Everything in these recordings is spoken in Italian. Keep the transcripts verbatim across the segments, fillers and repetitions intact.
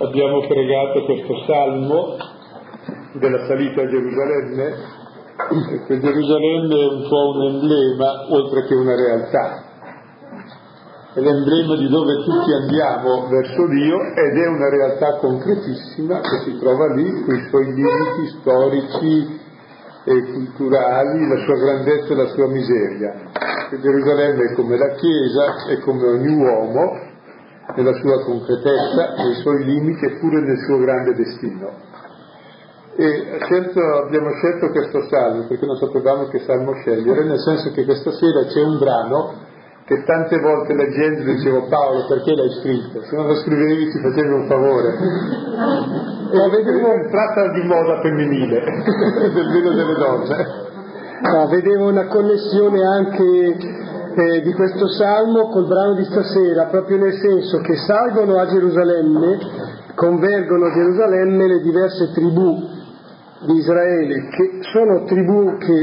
abbiamo pregato questo salmo della salita a Gerusalemme, perché Gerusalemme è un po' un emblema oltre che una realtà, è l'emblema di dove tutti andiamo verso Dio ed è una realtà concretissima che si trova lì con i suoi limiti storici e culturali, la sua grandezza e la sua miseria. E Gerusalemme è come la Chiesa, è come ogni uomo nella sua concretezza, nei suoi limiti eppure nel suo grande destino. E scelto, abbiamo scelto questo salmo perché non sapevamo che salmo scegliere, nel senso che questa sera c'è un brano che tante volte leggendo dicevo: Paolo, perché l'hai scritto? Se non lo scrivevi ci facevi un favore. E lo vedevo tratta di moda femminile del velo delle donne. No, vedevo una connessione anche eh, di questo salmo col brano di stasera, proprio nel senso che salgono a Gerusalemme, convergono a Gerusalemme le diverse tribù di Israele, che sono tribù che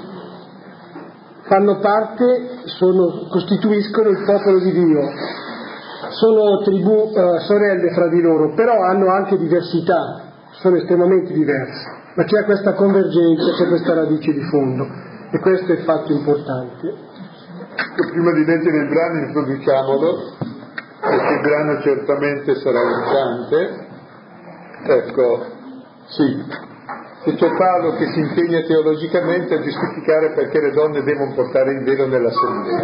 fanno parte, sono, costituiscono il popolo di Dio, sono tribù eh, sorelle fra di loro, però hanno anche diversità, sono estremamente diverse, ma c'è questa convergenza, c'è questa radice di fondo, e questo è il fatto importante. Prima di leggere il brano introduciamolo, perché il brano certamente sarà un cante. Ecco, sì. E c'è Paolo che si impegna teologicamente a giustificare perché le donne devono portare il velo nell'assemblea.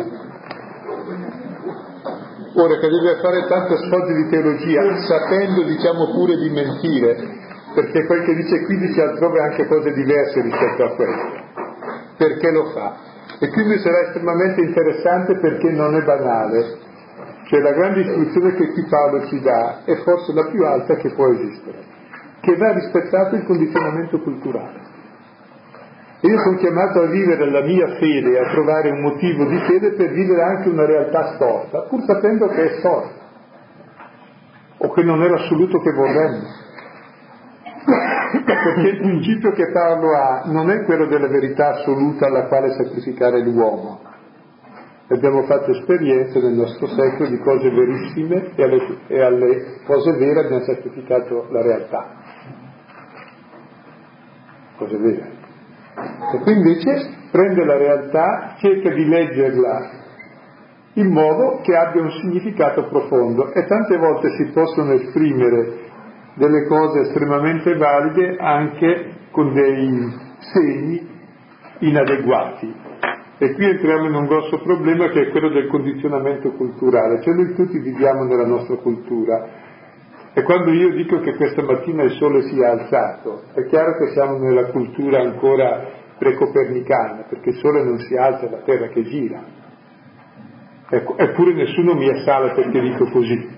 Ora, che deve fare tanto sfoggio di teologia, sapendo, diciamo, pure di mentire, perché quel che dice qui dice altrove anche cose diverse rispetto a questo. Perché lo fa? E quindi sarà estremamente interessante perché non è banale. Cioè la grande istruzione che qui Paolo ci dà è forse la più alta che può esistere, che va rispettato il condizionamento culturale. E io sono chiamato a vivere la mia fede, a trovare un motivo di fede per vivere anche una realtà storta, pur sapendo che è storta, o che non è l'assoluto che vorremmo. Perché il principio che Paolo ha non è quello della verità assoluta alla quale sacrificare l'uomo. Abbiamo fatto esperienze nel nostro secolo di cose verissime e alle, e alle cose vere abbiamo sacrificato la realtà. Cose vere. E qui invece prende la realtà, cerca di leggerla in modo che abbia un significato profondo, e tante volte si possono esprimere delle cose estremamente valide anche con dei segni inadeguati. E qui entriamo in un grosso problema che è quello del condizionamento culturale, cioè noi tutti viviamo nella nostra cultura, e quando io dico che questa mattina il sole si è alzato, è chiaro che siamo nella cultura ancora precopernicana, perché il sole non si alza, è la terra che gira. Ecco, eppure nessuno mi assale perché dico così.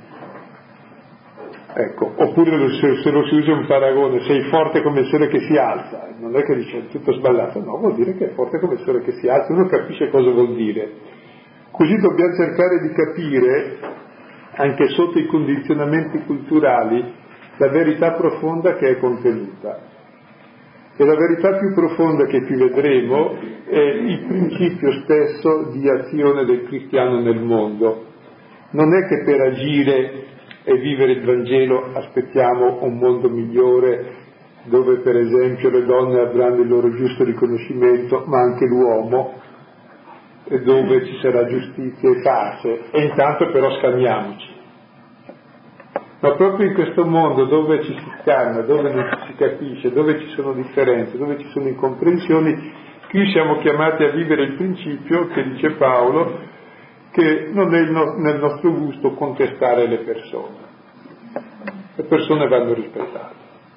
Ecco, oppure se, se lo si usa un paragone, sei forte come il sole che si alza, non è che dice è tutto sballato, no, vuol dire che è forte come il sole che si alza, uno capisce cosa vuol dire. Così dobbiamo cercare di capire, anche sotto i condizionamenti culturali, la verità profonda che è contenuta. E la verità più profonda che qui vedremo è il principio stesso di azione del cristiano nel mondo. Non è che per agire e vivere il Vangelo aspettiamo un mondo migliore dove per esempio le donne avranno il loro giusto riconoscimento, ma anche l'uomo, e dove ci sarà giustizia e pace, e intanto però scambiamoci. Ma proprio in questo mondo dove ci si scambia, dove non ci si capisce, dove ci sono differenze, dove ci sono incomprensioni, qui siamo chiamati a vivere il principio che dice Paolo, che non è nel nostro gusto contestare le persone. Le persone vanno rispettate,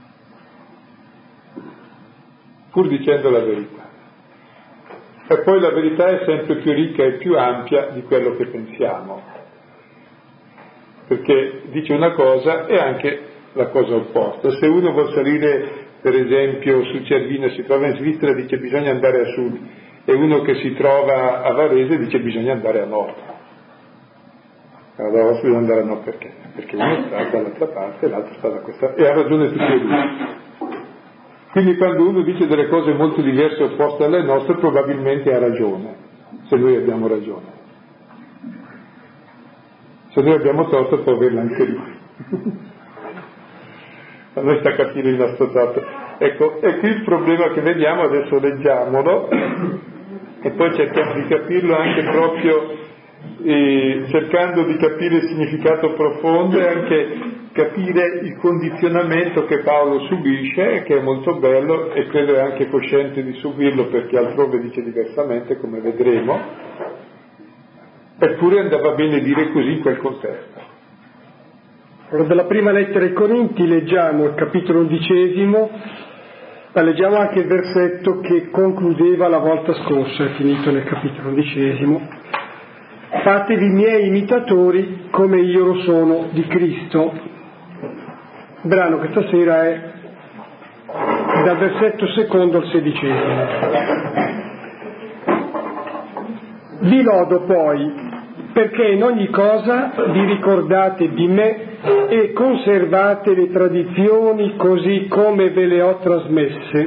pur dicendo la verità. E poi la verità è sempre più ricca e più ampia di quello che pensiamo, perché dice una cosa e anche la cosa opposta. Se uno vuol salire, per esempio, sul Cervino e si trova in Svizzera, dice bisogna andare a sud, e uno che si trova a Varese dice bisogna andare a nord. Allora bisogna andare a nord perché? Perché uno sta dall'altra parte e l'altro sta da questa, e ha ragione tutti e due. Quindi quando uno dice delle cose molto diverse e opposte alle nostre, probabilmente ha ragione, se noi abbiamo ragione. Se noi abbiamo torto può averla anche lui. a noi sta a capire il nostro torto. Ecco, e qui il problema che vediamo, adesso leggiamolo, e poi cerchiamo di capirlo anche proprio eh, cercando di capire il significato profondo e anche capire il condizionamento che Paolo subisce, che è molto bello, e credo è anche cosciente di subirlo perché altrove dice diversamente, come vedremo, eppure andava bene dire così in quel contesto. Allora, dalla prima lettera ai Corinti leggiamo il capitolo undicesimo, ma leggiamo anche il versetto che concludeva la volta scorsa, è finito nel capitolo undicesimo. Fatevi miei imitatori come io lo sono di Cristo. Il brano questa sera è dal versetto secondo al sedicesimo. Vi lodo poi perché in ogni cosa vi ricordate di me e conservate le tradizioni così come ve le ho trasmesse.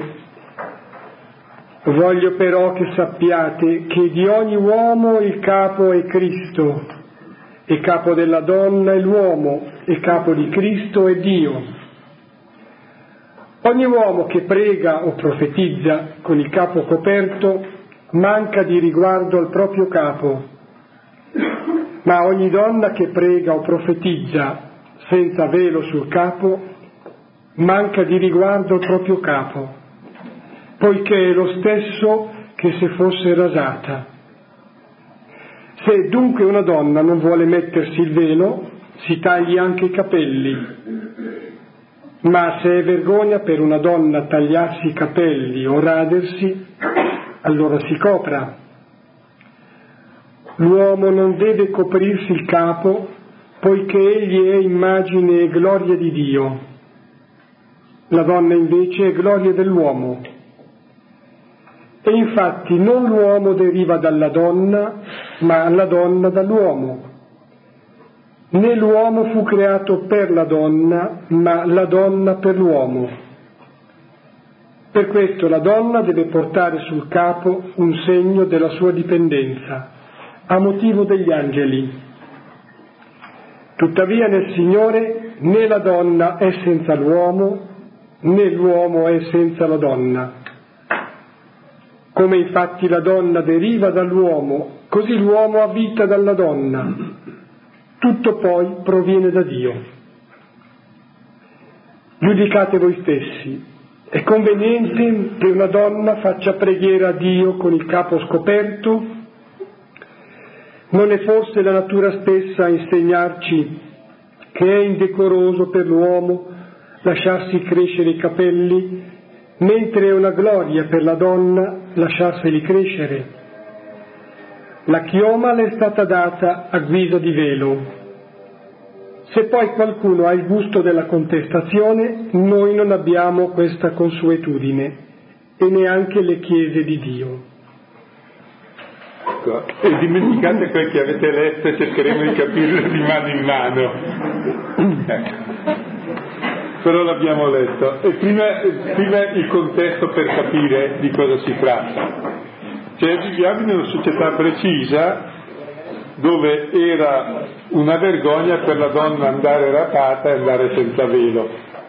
Voglio però che sappiate che di ogni uomo il capo è Cristo, e capo della donna è l'uomo, e capo di Cristo è Dio. Ogni uomo che prega o profetizza con il capo coperto manca di riguardo al proprio capo, ma ogni donna che prega o profetizza senza velo sul capo manca di riguardo al proprio capo, poiché è lo stesso che se fosse rasata. Se dunque una donna non vuole mettersi il velo, si tagli anche i capelli, ma se è vergogna per una donna tagliarsi i capelli o radersi, allora si copra. L'uomo non deve coprirsi il capo, poiché egli è immagine e gloria di Dio. La donna invece è gloria dell'uomo. E infatti non l'uomo deriva dalla donna, ma la donna dall'uomo. Né l'uomo fu creato per la donna, ma la donna per l'uomo. Per questo la donna deve portare sul capo un segno della sua dipendenza, a motivo degli angeli. Tuttavia nel Signore né la donna è senza l'uomo, né l'uomo è senza la donna. Come infatti la donna deriva dall'uomo, così l'uomo ha vita dalla donna. Tutto poi proviene da Dio. Giudicate voi stessi. È conveniente che una donna faccia preghiera a Dio con il capo scoperto? Non è forse la natura stessa a insegnarci che è indecoroso per l'uomo lasciarsi crescere i capelli, mentre è una gloria per la donna lasciarseli crescere? La chioma le è stata data a guisa di velo. Se poi qualcuno ha il gusto della contestazione, noi non abbiamo questa consuetudine, e neanche le chiese di Dio. E dimenticate quel che avete letto e cercheremo di capirlo di mano in mano. Ecco. Però l'abbiamo letto. E prima, prima il contesto per capire di cosa si tratta. Cioè viviamo in una società precisa dove era una vergogna per la donna andare rapata e andare senza velo.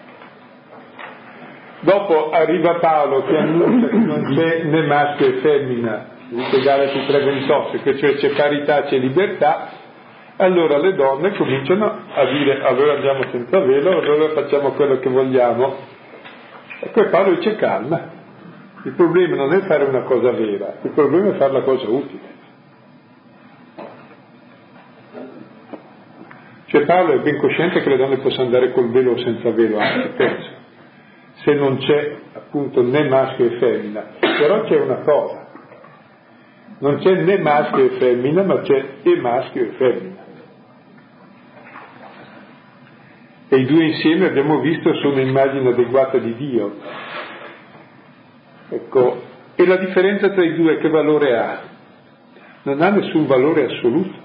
Dopo arriva Paolo che annuncia che non c'è né maschio e femmina, dice Galati tre ventotto, che cioè c'è parità, c'è libertà. Allora le donne cominciano a dire allora andiamo senza velo, allora facciamo quello che vogliamo. E poi Paolo dice calma, il problema non è fare una cosa vera, il problema è fare la cosa utile. Cioè Paolo è ben cosciente che le donne possono andare col velo o senza velo, anche penso, se non c'è appunto né maschio e femmina, però c'è una cosa, non c'è né maschio e femmina, ma c'è e maschio e femmina. E i due insieme abbiamo visto sono immagine adeguata di Dio. Ecco, e la differenza tra i due che valore ha? Non ha nessun valore assoluto,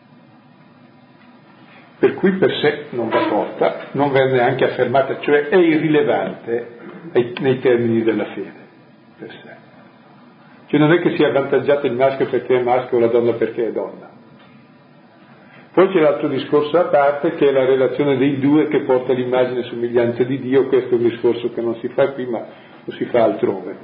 per cui per sé non va porta, non viene neanche affermata, cioè è irrilevante ai, nei termini della fede per sé. Cioè non è che sia avvantaggiato il maschio perché è maschio o la donna perché è donna. Poi c'è l'altro discorso a parte, che è la relazione dei due che porta l'immagine e somiglianza di Dio. Questo è un discorso che non si fa qui, ma lo si fa altrove.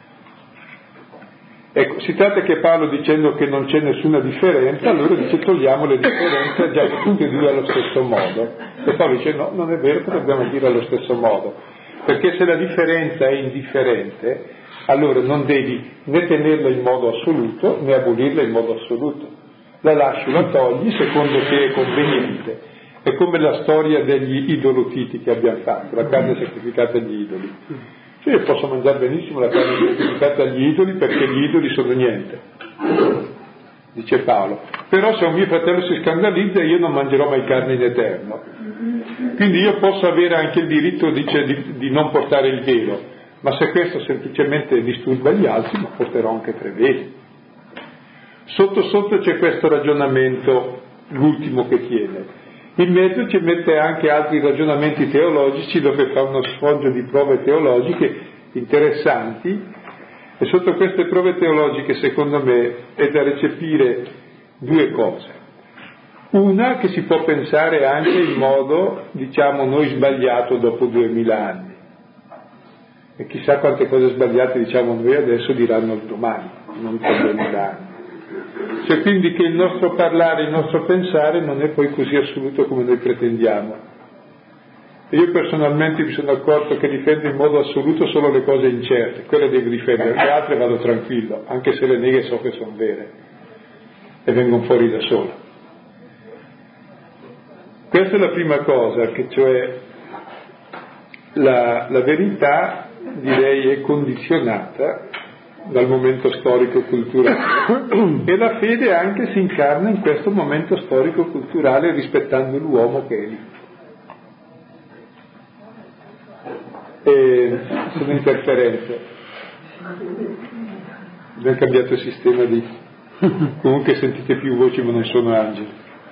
Ecco, si tratta che Paolo, dicendo che non c'è nessuna differenza, allora dice togliamo le differenze, già che tutti e due allo stesso modo. E Paolo dice no, non è vero che dobbiamo dire allo stesso modo, perché se la differenza è indifferente, allora non devi né tenerla in modo assoluto né abolirla in modo assoluto. La lasci, la togli secondo che è conveniente. È come la storia degli idolotiti che abbiamo fatto, la carne sacrificata agli idoli. Cioè, io posso mangiare benissimo la carne sacrificata agli idoli perché gli idoli sono niente, dice Paolo. Però se un mio fratello si scandalizza, io non mangerò mai carne in eterno. Quindi io posso avere anche il diritto, dice, di, di non portare il velo, ma se questo semplicemente disturba gli altri, lo porterò anche tre veli. Sotto sotto c'è questo ragionamento, l'ultimo che tiene. In mezzo ci mette anche altri ragionamenti teologici, dove fa uno sfoggio di prove teologiche interessanti, e sotto queste prove teologiche, secondo me, è da recepire due cose. Una, che si può pensare anche in modo, diciamo, noi sbagliato dopo duemila anni. E chissà quante cose sbagliate diciamo noi adesso diranno domani, non tra duemila anni. Cioè quindi che il nostro parlare, il nostro pensare non è poi così assoluto come noi pretendiamo. E io personalmente mi sono accorto che difendo in modo assoluto solo le cose incerte, quelle devo difendere, le altre vado tranquillo, anche se le neghe so che sono vere e vengono fuori da solo. Questa è la prima cosa, che cioè la, la verità, direi, è condizionata dal momento storico-culturale e la fede anche si incarna in questo momento storico-culturale rispettando l'uomo che è lì. E sono interferenze. Abbiamo cambiato il sistema di... Comunque sentite più voci ma non sono angeli.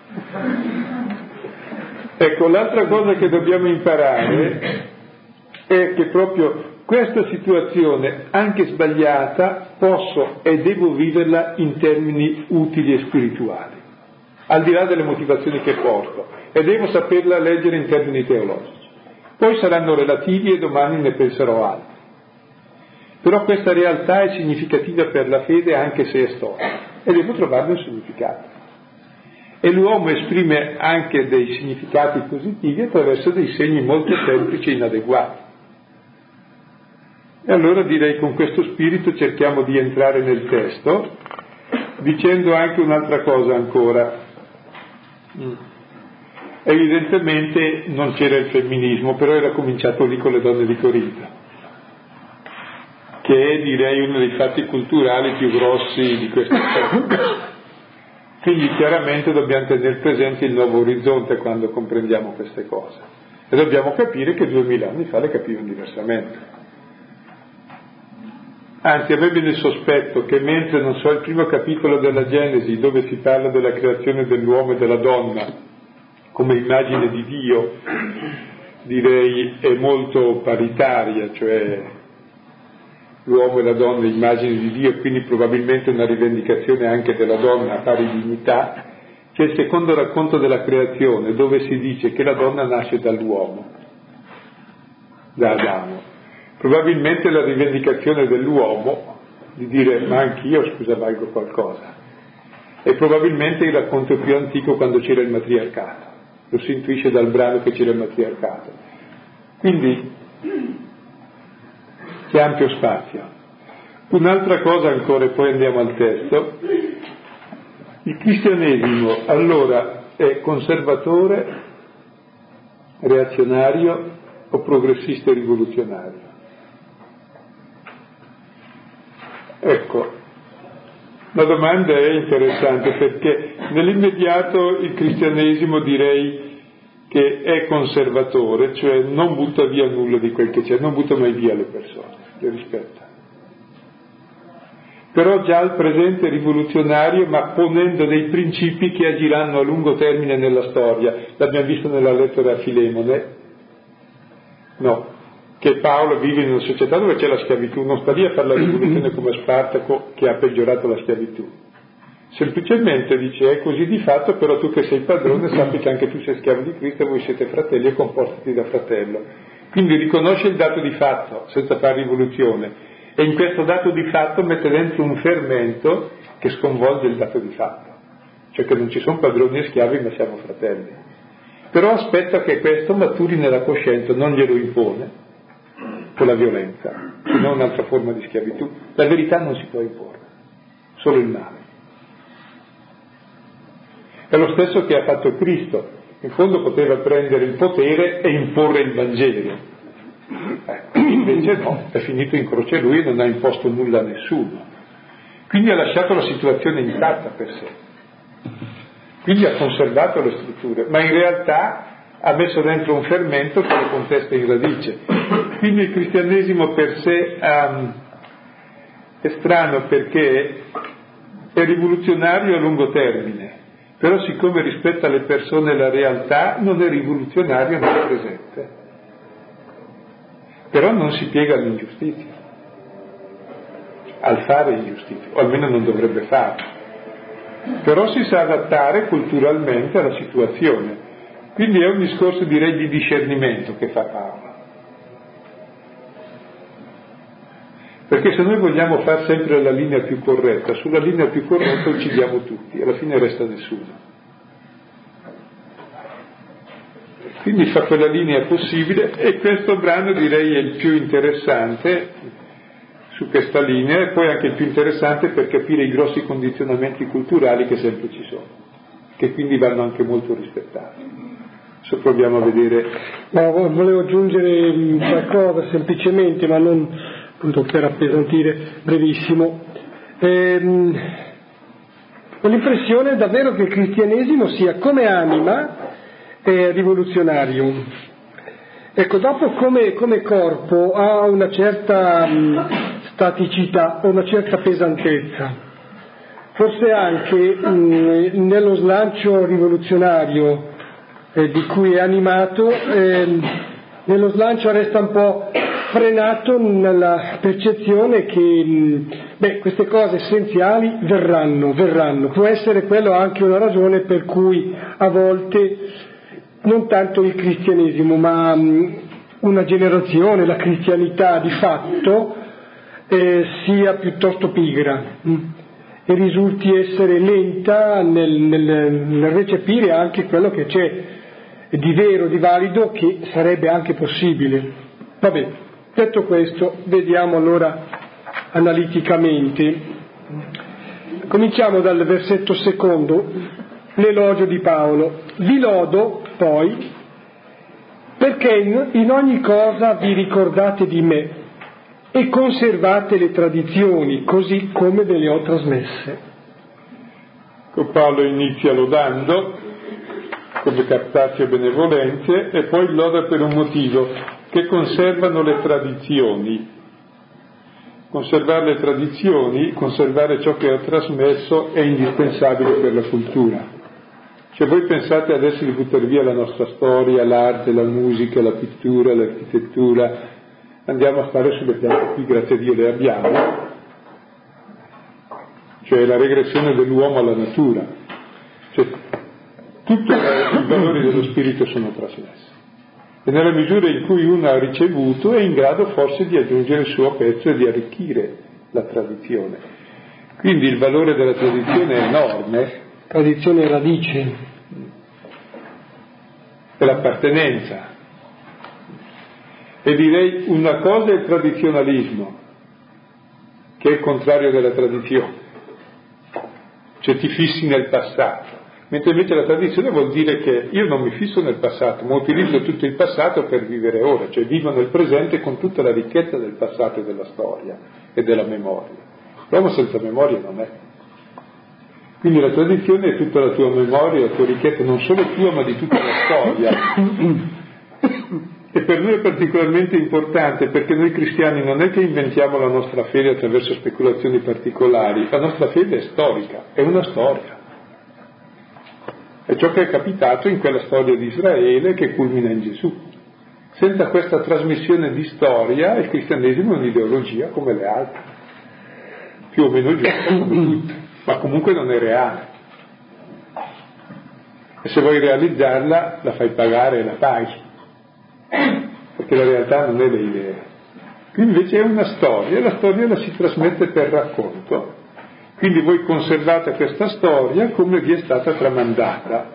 Ecco, l'altra cosa che dobbiamo imparare è che proprio questa situazione, anche sbagliata, posso e devo viverla in termini utili e spirituali, al di là delle motivazioni che porto, e devo saperla leggere in termini teologici. Poi saranno relativi e domani ne penserò altri. Però questa realtà è significativa per la fede anche se è storica, e devo trovarne un significato. E l'uomo esprime anche dei significati positivi attraverso dei segni molto semplici e inadeguati. E allora direi con questo spirito cerchiamo di entrare nel testo, dicendo anche un'altra cosa ancora. Evidentemente non c'era il femminismo, però era cominciato lì con le donne di Corinto, che è, direi, uno dei fatti culturali più grossi di questo secolo. Quindi chiaramente dobbiamo tenere presente il nuovo orizzonte quando comprendiamo queste cose. E dobbiamo capire che duemila anni fa le capivano diversamente. Anzi, a me viene il sospetto che mentre, non so, il primo capitolo della Genesi, dove si parla della creazione dell'uomo e della donna come immagine di Dio, direi è molto paritaria, cioè l'uomo e la donna immagini di Dio, quindi probabilmente una rivendicazione anche della donna a pari dignità. C'è il secondo racconto della creazione, dove si dice che la donna nasce dall'uomo, da Adamo. Probabilmente la rivendicazione dell'uomo di dire ma anch'io, scusa, valgo qualcosa. E probabilmente il racconto più antico quando c'era il matriarcato. Lo si intuisce dal brano che c'era il matriarcato. Quindi c'è ampio spazio. Un'altra cosa ancora, e poi andiamo al testo. Il cristianesimo allora è conservatore, reazionario o progressista e rivoluzionario? Ecco, la domanda è interessante perché nell'immediato il cristianesimo direi che è conservatore, cioè non butta via nulla di quel che c'è, non butta mai via le persone, le rispetta. Però già al presente è rivoluzionario, ma ponendo dei principi che agiranno a lungo termine nella storia. L'abbiamo visto nella lettera a Filemone, no, che Paolo vive in una società dove c'è la schiavitù, non sta lì a fare la rivoluzione come Spartaco che ha peggiorato la schiavitù, Semplicemente dice, è così di fatto, però tu che sei padrone sappi che anche tu sei schiavo di Cristo e voi siete fratelli e comportati da fratello. Quindi riconosce il dato di fatto, senza fare rivoluzione, e in questo dato di fatto mette dentro un fermento che sconvolge il dato di fatto, cioè che non ci sono padroni e schiavi ma siamo fratelli. Però aspetta che questo maturi nella coscienza, non glielo impone con la violenza, se non un'altra forma di schiavitù. La verità non si può imporre, solo il male. È lo stesso che ha fatto Cristo, in fondo poteva prendere il potere e imporre il Vangelo, eh, invece no, è finito in croce lui e non ha imposto nulla a nessuno, quindi ha lasciato la situazione intatta per sé, quindi ha conservato le strutture, ma in realtà ha messo dentro un fermento che lo contesta in radice. Quindi il cristianesimo per sé um, è strano perché è rivoluzionario a lungo termine, però siccome rispetta le persone e la realtà non è rivoluzionario nel presente, però non si piega all'ingiustizia, al fare ingiustizia, o almeno non dovrebbe farlo, però si sa adattare culturalmente alla situazione, quindi è un discorso direi di discernimento che fa Paolo, perché se noi vogliamo fare sempre la linea più corretta, sulla linea più corretta uccidiamo tutti, alla fine resta nessuno. Quindi fa quella linea possibile e questo brano direi è il più interessante su questa linea e poi anche il più interessante per capire i grossi condizionamenti culturali che sempre ci sono, che quindi vanno anche molto rispettati. Adesso proviamo a vedere. No, volevo aggiungere qualcosa semplicemente, ma non appunto per appesantire, brevissimo. Ehm, ho l'impressione davvero che il cristianesimo sia come anima eh, rivoluzionario. Ecco, dopo come, come corpo ha una certa mh, staticità, una certa pesantezza. Forse anche mh, nello slancio rivoluzionario eh, di cui è animato, eh, nello slancio resta un po' frenato nella percezione che beh, queste cose essenziali verranno, verranno. Può essere quello anche una ragione per cui a volte non tanto il cristianesimo, ma um, una generazione, la cristianità di fatto, eh, sia piuttosto pigra mh, e risulti essere lenta nel, nel, nel recepire anche quello che c'è di vero, di valido, che sarebbe anche possibile. Vabbè. Detto questo, vediamo allora analiticamente. Cominciamo dal versetto secondo, l'elogio di Paolo. Vi lodo poi perché in, in ogni cosa vi ricordate di me e conservate le tradizioni così come ve le ho trasmesse. Paolo inizia lodando come captazio benevolenze e poi loda per un motivo, che conservano le tradizioni. Conservare le tradizioni, conservare ciò che ho trasmesso è indispensabile per la cultura. Cioè voi pensate adesso di buttare via la nostra storia, l'arte, la musica, la pittura, l'architettura, andiamo a stare sulle piante qui, grazie a Dio le abbiamo, cioè la regressione dell'uomo alla natura, cioè tutti i valori dello spirito sono trasmessi. E nella misura in cui uno ha ricevuto è in grado forse di aggiungere il suo pezzo e di arricchire la tradizione. Quindi il valore della tradizione è enorme. Tradizione e radice. È l'appartenenza. E direi una cosa è il tradizionalismo, che è il contrario della tradizione. Cioè ti fissi nel passato. Mentre invece la tradizione vuol dire che io non mi fisso nel passato, ma utilizzo tutto il passato per vivere ora, cioè vivo nel presente con tutta la ricchezza del passato e della storia e della memoria. L'uomo senza memoria non è. Quindi la tradizione è tutta la tua memoria, la tua ricchezza, non solo tua ma di tutta la storia. E per noi è particolarmente importante perché noi cristiani non è che inventiamo la nostra fede attraverso speculazioni particolari, la nostra fede è storica, è una storia. È ciò che è capitato in quella storia di Israele che culmina in Gesù. Senza questa trasmissione di storia il cristianesimo è un'ideologia come le altre, più o meno giusta come tutte. ma comunque non è reale. E se vuoi realizzarla, la fai pagare e la paghi, perché la realtà non è le idee. Qui invece è una storia, e la storia la si trasmette per racconto. Quindi voi conservate questa storia come vi è stata tramandata.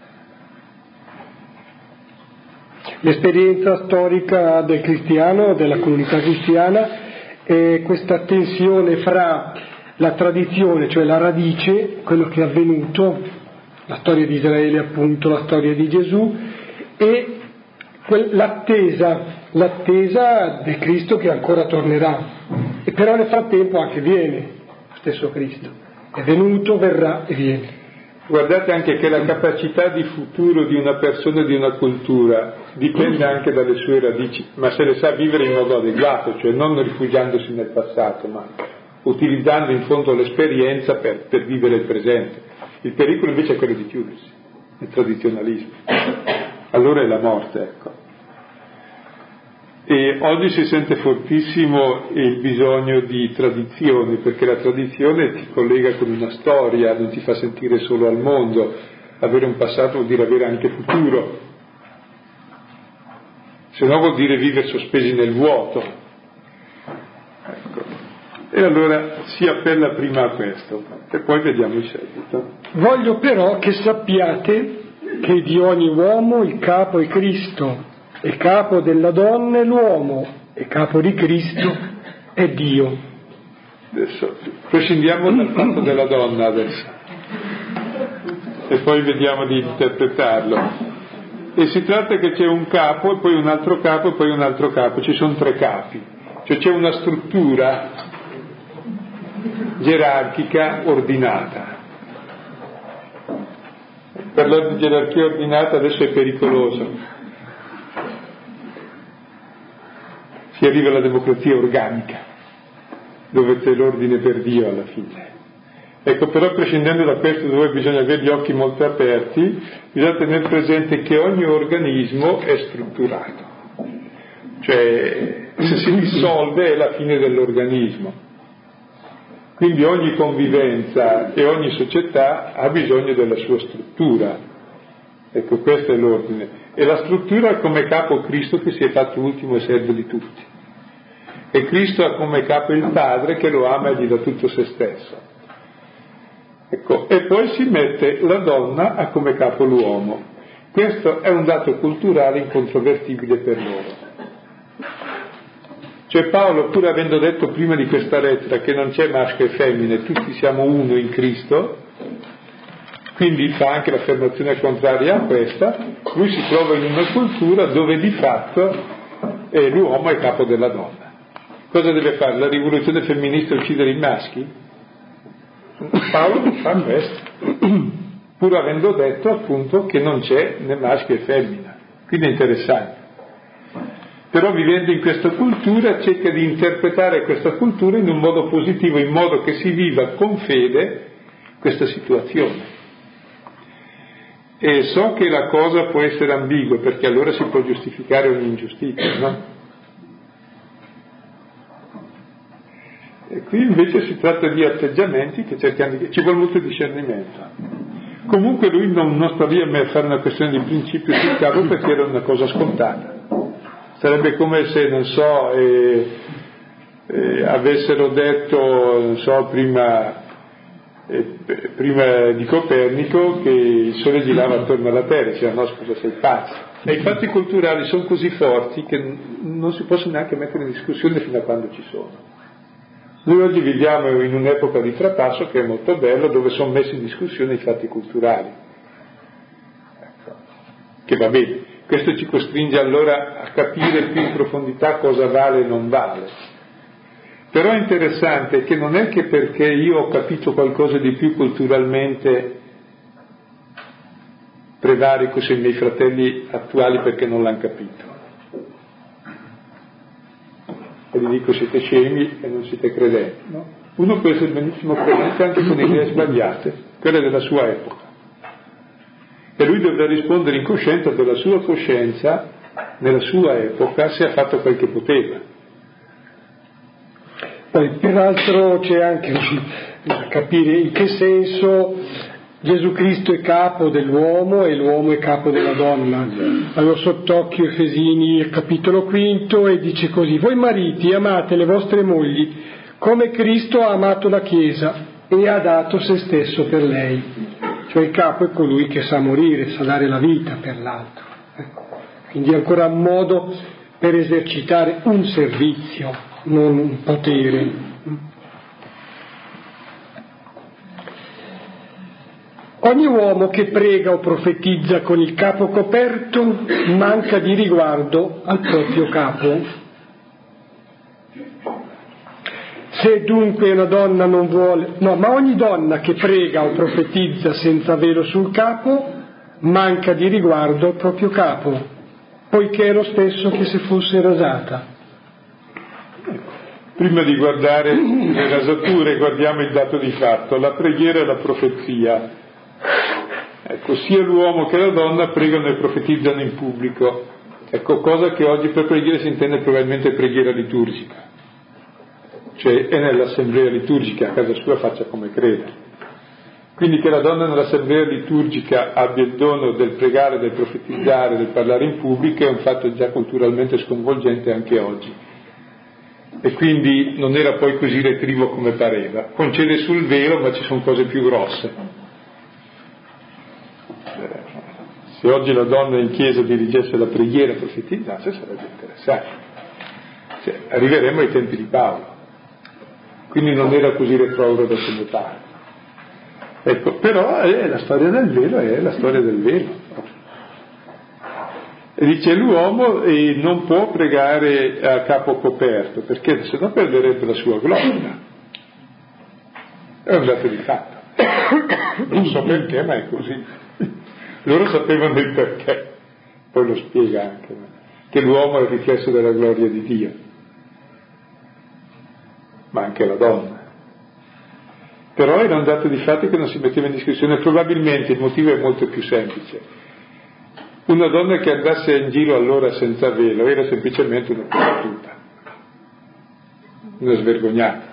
L'esperienza storica del cristiano, della comunità cristiana, è questa tensione fra la tradizione, cioè la radice, quello che è avvenuto, la storia di Israele appunto, la storia di Gesù, e l'attesa, l'attesa del Cristo che ancora tornerà. E però nel frattempo anche viene lo stesso Cristo, è venuto, verrà e viene. Guardate anche che la capacità di futuro di una persona, di una cultura, dipende anche dalle sue radici, ma se le sa vivere in modo adeguato, cioè non rifugiandosi nel passato, ma utilizzando in fondo l'esperienza per, per vivere il presente. Il pericolo invece è quello di chiudersi, il tradizionalismo. Allora è la morte, ecco. E oggi si sente fortissimo il bisogno di tradizione, perché la tradizione ti collega con una storia, non ti fa sentire solo al mondo. Avere un passato vuol dire avere anche futuro, se no vuol dire vivere sospesi nel vuoto. Ecco. E allora si appella prima a questo, e poi vediamo il seguito. Voglio però che sappiate che di ogni uomo il capo è Cristo, e capo della donna è l'uomo, e capo di Cristo è Dio. Adesso prescindiamo dal fatto della donna adesso, e poi vediamo di interpretarlo. E si tratta che c'è un capo, e poi un altro capo, e poi un altro capo, ci sono tre capi, cioè c'è una struttura gerarchica ordinata. Parlare di gerarchia ordinata adesso è pericoloso. Si arriva alla democrazia organica, dove c'è l'ordine per Dio alla fine. Ecco, però prescindendo da questo, dove bisogna avere gli occhi molto aperti, bisogna tenere presente che ogni organismo è strutturato. Cioè, se si dissolve è la fine dell'organismo. Quindi ogni convivenza e ogni società ha bisogno della sua struttura. Ecco, questo è l'ordine. E la struttura ha come capo Cristo, che si è fatto ultimo e servo di tutti. E Cristo ha come capo il Padre, che lo ama e gli dà tutto se stesso. Ecco, e poi si mette la donna ha come capo l'uomo. Questo è un dato culturale incontrovertibile per loro. Cioè Paolo, pur avendo detto prima di questa lettera che non c'è maschio e femmine, tutti siamo uno in Cristo, quindi fa anche l'affermazione contraria a questa, lui si trova in una cultura dove di fatto eh, l'uomo è capo della donna. Cosa deve fare? La rivoluzione femminista è uccidere i maschi? Paolo non fa questo, pur avendo detto appunto che non c'è né maschio e femmina. Quindi è interessante. Però vivendo in questa cultura cerca di interpretare questa cultura in un modo positivo, in modo che si viva con fede questa situazione. E so che la cosa può essere ambigua, perché allora si può giustificare ogni ingiustizia, no? E qui invece si tratta di atteggiamenti che cercano di... ci vuole molto discernimento. Comunque lui non, non sta lì a fare una questione di principio sul capo, perché era una cosa scontata. Sarebbe come se, non so, eh, eh, avessero detto, non so, prima, eh, prima di Copernico che il Sole girava attorno alla Terra, cioè no, scusa, sei pazzo. E i fatti culturali sono così forti che non si possono neanche mettere in discussione fino a quando ci sono. Noi oggi viviamo in un'epoca di trapasso che è molto bello, dove sono messi in discussione i fatti culturali. Ecco. Che va bene. Questo ci costringe allora a capire più in profondità cosa vale e non vale. Però è interessante che non è che perché io ho capito qualcosa di più culturalmente prevarico sui miei fratelli attuali perché non l'hanno capito. E gli dico siete scemi e non siete credenti, no? Uno può essere benissimo credente anche con idee sbagliate, quelle della sua epoca. E lui dovrà rispondere in coscienza della sua coscienza, nella sua epoca, se ha fatto quel che poteva. Poi peraltro c'è anche da capire in che senso Gesù Cristo è capo dell'uomo e l'uomo è capo della donna. Allora sott'occhio Efesini capitolo quinto e dice così: voi mariti amate le vostre mogli come Cristo ha amato la Chiesa e ha dato se stesso per lei. Cioè il capo è colui che sa morire, sa dare la vita per l'altro. Ecco. Quindi è ancora un modo per esercitare un servizio, non un potere. Ogni uomo che prega o profetizza con il capo coperto manca di riguardo al proprio capo. Se dunque una donna non vuole, no, ma ogni donna che prega o profetizza senza velo sul capo manca di riguardo al proprio capo, poiché è lo stesso che se fosse rasata. Prima di guardare le rasature guardiamo il dato di fatto, la preghiera e la profezia. Ecco, sia l'uomo che la donna pregano e profetizzano in pubblico. Ecco, cosa che oggi per preghiera si intende probabilmente preghiera liturgica. Cioè è nell'assemblea liturgica, a casa sua faccia come crede. Quindi che la donna nell'assemblea liturgica abbia il dono del pregare, del profetizzare, del parlare in pubblico è un fatto già culturalmente sconvolgente anche oggi. E quindi non era poi così retrivo come pareva. Concede sul velo, ma ci sono cose più grosse. Se oggi la donna in chiesa dirigesse la preghiera, profetizzasse, sarebbe interessante. Cioè, arriveremo ai tempi di Paolo. Quindi non era così retrogrado come pare. Ecco, però è la storia del velo, è la storia del velo. E dice l'uomo eh, non può pregare a capo coperto, perché se no perderebbe la sua gloria. È un dato di fatto. Non so perché, ma è così. Loro sapevano il perché, poi lo spiega anche, che l'uomo è il riflesso della gloria di Dio, ma anche la donna. Però era un dato di fatto che non si metteva in discussione. Probabilmente il motivo è molto più semplice. Una donna che andasse in giro allora senza velo era semplicemente una prostituta, una svergognata,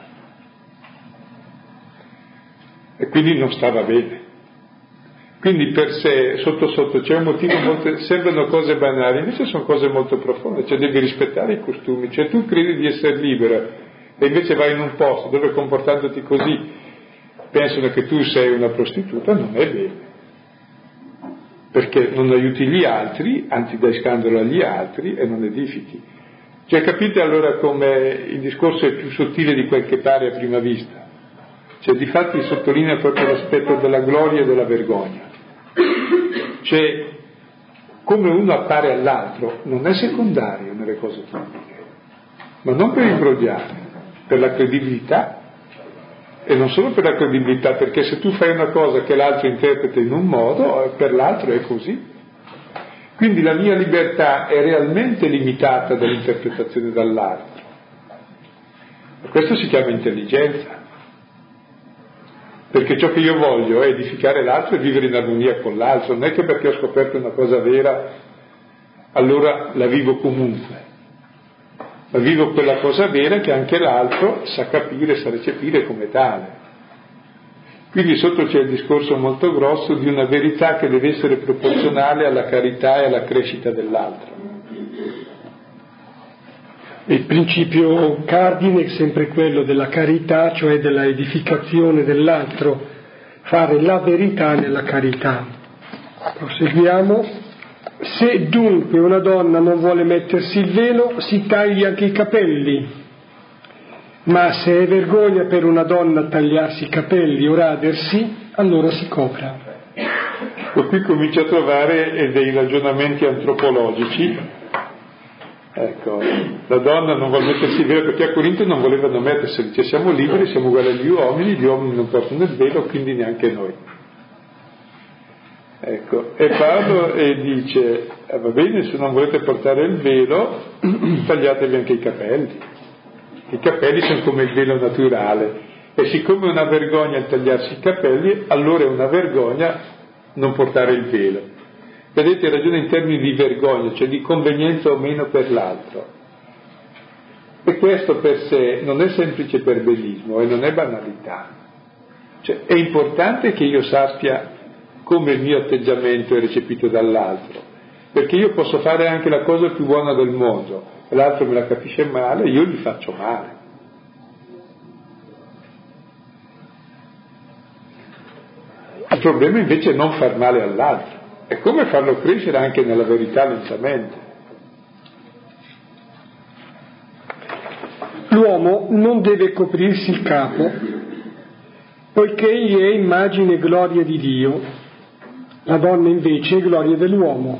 e quindi non stava bene. Quindi per sé, sotto sotto, c'è un motivo molto, sembrano cose banali, invece sono cose molto profonde, cioè devi rispettare i costumi, cioè tu credi di essere libera e invece vai in un posto dove comportandoti così pensano che tu sei una prostituta, non è bene, perché non aiuti gli altri, anzi dai scandalo agli altri e non edifichi. Cioè capite allora come il discorso è più sottile di quel che pare a prima vista, cioè difatti sottolinea proprio l'aspetto della gloria e della vergogna. Cioè, come uno appare all'altro non è secondario nelle cose pubbliche, ma non per imbrogliare, per la credibilità, e non solo per la credibilità, perché se tu fai una cosa che l'altro interpreta in un modo, per l'altro è così. Quindi la mia libertà è realmente limitata dall'interpretazione dall'altro. E questo si chiama intelligenza. Perché ciò che io voglio è edificare l'altro e vivere in armonia con l'altro, non è che perché ho scoperto una cosa vera allora la vivo comunque, ma vivo quella cosa vera che anche l'altro sa capire, sa recepire come tale. Quindi sotto c'è il discorso molto grosso di una verità che deve essere proporzionale alla carità e alla crescita dell'altro. Il principio cardine è sempre quello della carità, cioè della edificazione dell'altro, fare la verità nella carità. Proseguiamo. Se dunque una donna non vuole mettersi il velo, si tagli anche i capelli, ma se è vergogna per una donna tagliarsi i capelli o radersi, allora si copra. E qui comincia a trovare dei ragionamenti antropologici. Ecco, la donna non vuole mettersi il velo perché a Corinto non volevano metterselo, dice siamo liberi, siamo uguali agli uomini, gli uomini non portano il velo, quindi neanche noi. Ecco, e Paolo e dice, eh, va bene, se non volete portare il velo, tagliatevi anche i capelli. I capelli sono come il velo naturale, e siccome è una vergogna il tagliarsi i capelli, allora è una vergogna non portare il velo. Vedete, ragiona in termini di vergogna, cioè di convenienza o meno per l'altro. E questo per sé non è semplice perbenismo e non è banalità. Cioè, è importante che io sappia come il mio atteggiamento è recepito dall'altro, perché io posso fare anche la cosa più buona del mondo, e l'altro me la capisce male, io gli faccio male. Il problema invece è non far male all'altro, è come farlo crescere anche nella verità lentamente. L'uomo non deve coprirsi il capo, poiché egli è immagine e gloria di Dio, la donna invece è gloria dell'uomo.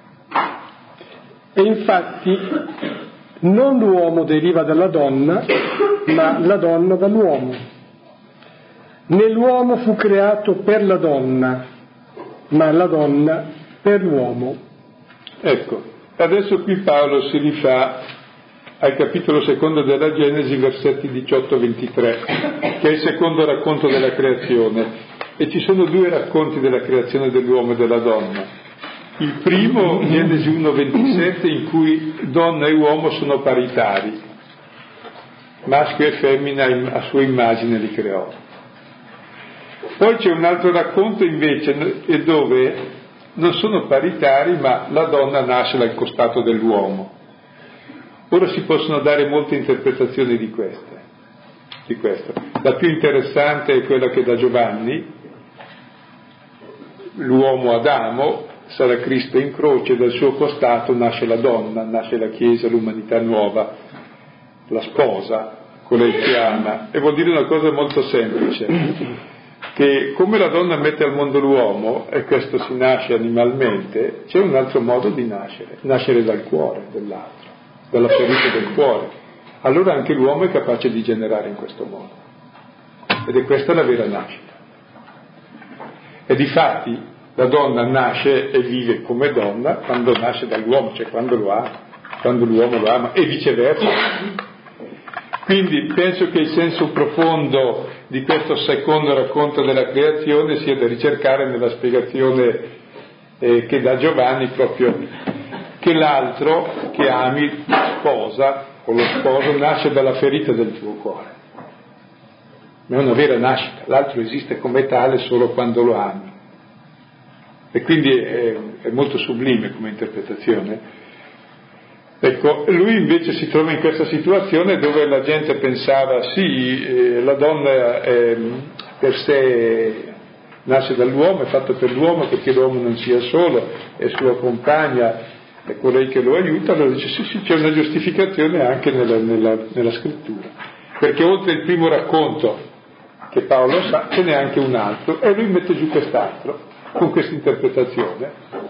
E infatti non l'uomo deriva dalla donna, ma la donna dall'uomo. Né l'uomo fu creato per la donna, ma la donna per l'uomo. Ecco, adesso qui Paolo si rifà al capitolo secondo della Genesi, versetti diciotto ventitré, che è il secondo racconto della creazione, e ci sono due racconti della creazione dell'uomo e della donna. Il primo, Genesi uno ventisette, in cui donna e uomo sono paritari, maschio e femmina a sua immagine li creò. Poi c'è un altro racconto invece dove non sono paritari, ma la donna nasce dal costato dell'uomo. Ora si possono dare molte interpretazioni di queste, di questo. La più interessante è quella che da Giovanni, l'uomo Adamo, sarà Cristo in croce, dal suo costato nasce la donna, nasce la Chiesa, l'umanità nuova, la sposa, colei che ama. E vuol dire una cosa molto semplice, che come la donna mette al mondo l'uomo, e questo si nasce animalmente, c'è un altro modo di nascere, nascere dal cuore dell'altro, dalla ferita del cuore. Allora anche l'uomo è capace di generare in questo modo. Ed è questa la vera nascita. E difatti la donna nasce e vive come donna quando nasce dall'uomo, cioè quando lo ama, quando l'uomo lo ama, e viceversa. Quindi penso che il senso profondo di questo secondo racconto della creazione sia da ricercare nella spiegazione eh, che dà Giovanni, proprio che l'altro che ami, sposa o lo sposo, nasce dalla ferita del tuo cuore. Ma è una vera nascita, l'altro esiste come tale solo quando lo ami. E quindi è, è molto sublime come interpretazione. Ecco, lui invece si trova in questa situazione dove la gente pensava sì, eh, la donna è, per sé nasce dall'uomo, è fatta per l'uomo, perché l'uomo non sia solo, è sua compagna, è colei che lo aiuta. Allora dice sì, sì, c'è una giustificazione anche nella, nella, nella scrittura, perché oltre il primo racconto che Paolo sa, ce n'è anche un altro, e lui mette giù quest'altro, con questa interpretazione,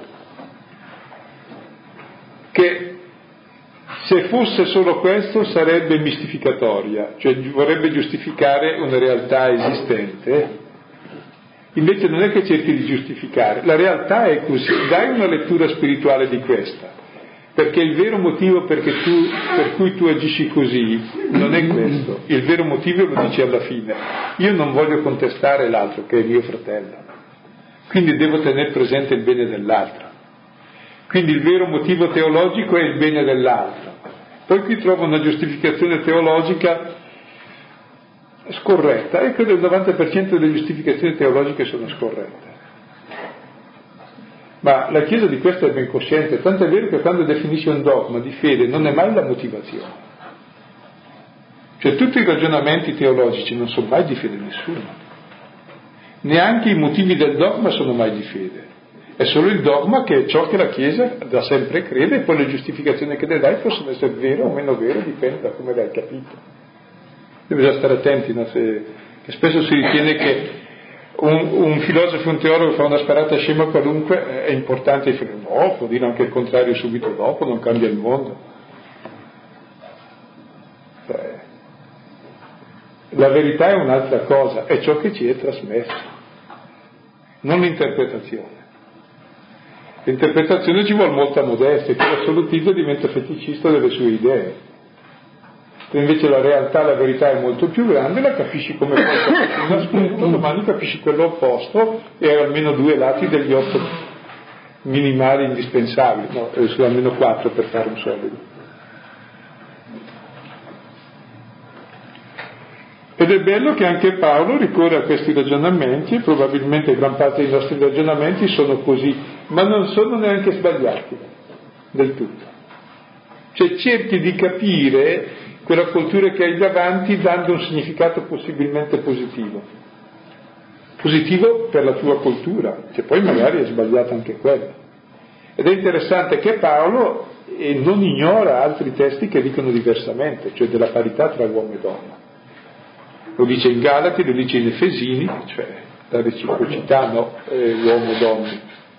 che se fosse solo questo sarebbe mistificatoria, cioè vorrebbe giustificare una realtà esistente. Invece non è che cerchi di giustificare, la realtà è così, dai una lettura spirituale di questa, perché il vero motivo perché tu, per cui tu agisci così non è questo, il vero motivo lo dici alla fine. Io non voglio contestare l'altro, che è mio fratello, quindi devo tenere presente il bene dell'altro. Quindi il vero motivo teologico è il bene dell'altro. Poi qui trovo una giustificazione teologica scorretta, e credo il novanta per cento delle giustificazioni teologiche sono scorrette. Ma la Chiesa di questo è ben cosciente, tanto è vero che quando definisce un dogma di fede non è mai la motivazione. Cioè tutti i ragionamenti teologici non sono mai di fede nessuno. Neanche i motivi del dogma sono mai di fede. È solo il dogma che è ciò che la Chiesa da sempre crede, e poi le giustificazioni che le dai possono essere vere o meno vere, dipende da come l'hai capito. Bisogna stare attenti, no? Se, che spesso si ritiene che un, un filosofo, un teologo fa una sparata scema qualunque, è importante dire no, può dire anche il contrario subito dopo, non cambia il mondo. Beh, la verità è un'altra cosa, è ciò che ci è trasmesso, non l'interpretazione. L'interpretazione ci vuole molta modestia, chi l'assolutizza diventa feticista delle sue idee. Se invece la realtà, la verità è molto più grande, la capisci come qualcosa di nascosto, domani capisci quello opposto, e almeno due lati degli otto minimali indispensabili, no, sono almeno quattro per fare un solido. Ed è bello che anche Paolo ricorre a questi ragionamenti, e probabilmente gran parte dei nostri ragionamenti sono così, ma non sono neanche sbagliati del tutto. Cioè cerchi di capire quella cultura che hai davanti dando un significato possibilmente positivo. Positivo per la tua cultura, che poi magari è sbagliata anche quella. Ed è interessante che Paolo eh, non ignora altri testi che dicono diversamente, cioè della parità tra uomo e donna. Lo dice in Galati, lo dice in Efesini, cioè la reciprocità, no, eh, uomo-donna.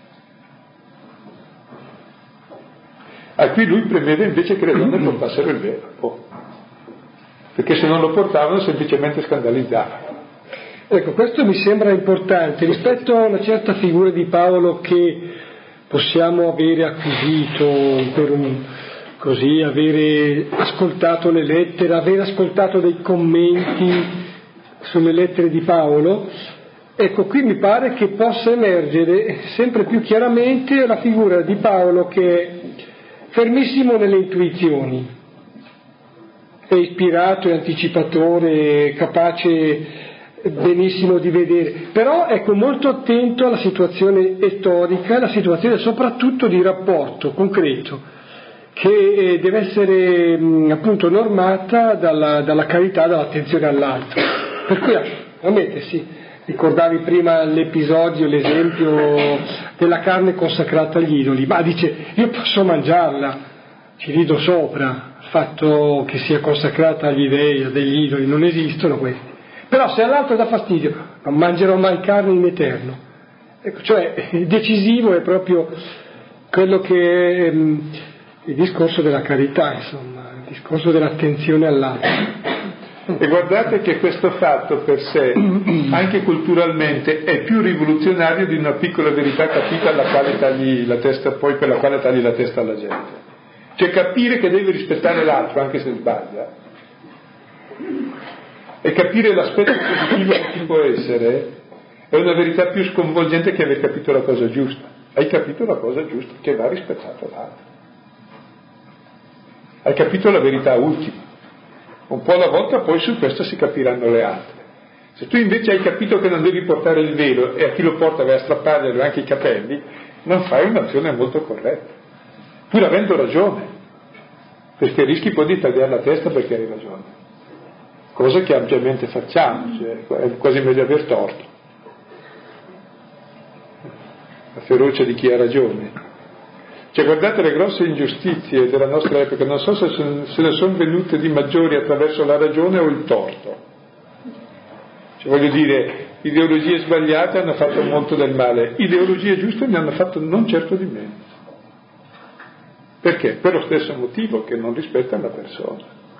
A qui lui premeva invece che le donne portassero il velo, oh. Perché se non lo portavano semplicemente scandalizzavano. Ecco, questo mi sembra importante rispetto a una certa figura di Paolo che possiamo avere acquisito per un, così, avere ascoltato le lettere, aver ascoltato dei commenti sulle lettere di Paolo. Ecco, qui mi pare che possa emergere sempre più chiaramente la figura di Paolo che è fermissimo nelle intuizioni, è ispirato, è anticipatore, è capace benissimo di vedere, però ecco molto attento alla situazione storica, alla situazione soprattutto di rapporto concreto, che deve essere mh, appunto normata dalla, dalla carità, dall'attenzione all'altro. Per cui veramente sì, ricordavi prima l'episodio, l'esempio della carne consacrata agli idoli, ma dice io posso mangiarla, ci rido sopra, il fatto che sia consacrata agli dei, a degli idoli, non esistono questi. Però se all'altro dà fastidio, non mangerò mai carne in eterno. Ecco, cioè decisivo è proprio quello che è mh, il discorso della carità, insomma, il discorso dell'attenzione all'altro. E guardate che questo fatto per sé, anche culturalmente, è più rivoluzionario di una piccola verità capita alla quale tagli la testa, poi per la quale tagli la testa alla gente. Cioè capire che devi rispettare l'altro anche se sbaglia, e capire l'aspetto positivo che ci può essere, è una verità più sconvolgente che aver capito la cosa giusta. Hai capito la cosa giusta, che va rispettato l'altro. Hai capito la verità ultima. Un po' alla volta poi su questo si capiranno le altre. Se tu invece hai capito che non devi portare il velo e a chi lo porta vai a strappargli anche i capelli, non fai un'azione molto corretta, pur avendo ragione, perché rischi poi di tagliare la testa perché hai ragione, cosa che ampiamente facciamo, cioè è quasi meglio aver torto, la ferocia di chi ha ragione. Cioè guardate le grosse ingiustizie della nostra epoca, non so se se ne sono venute di maggiori attraverso la ragione o il torto. Cioè voglio dire, ideologie sbagliate hanno fatto molto del male, ideologie giuste ne hanno fatto non certo di meno. Perché? Per lo stesso motivo, che non rispettano la persona,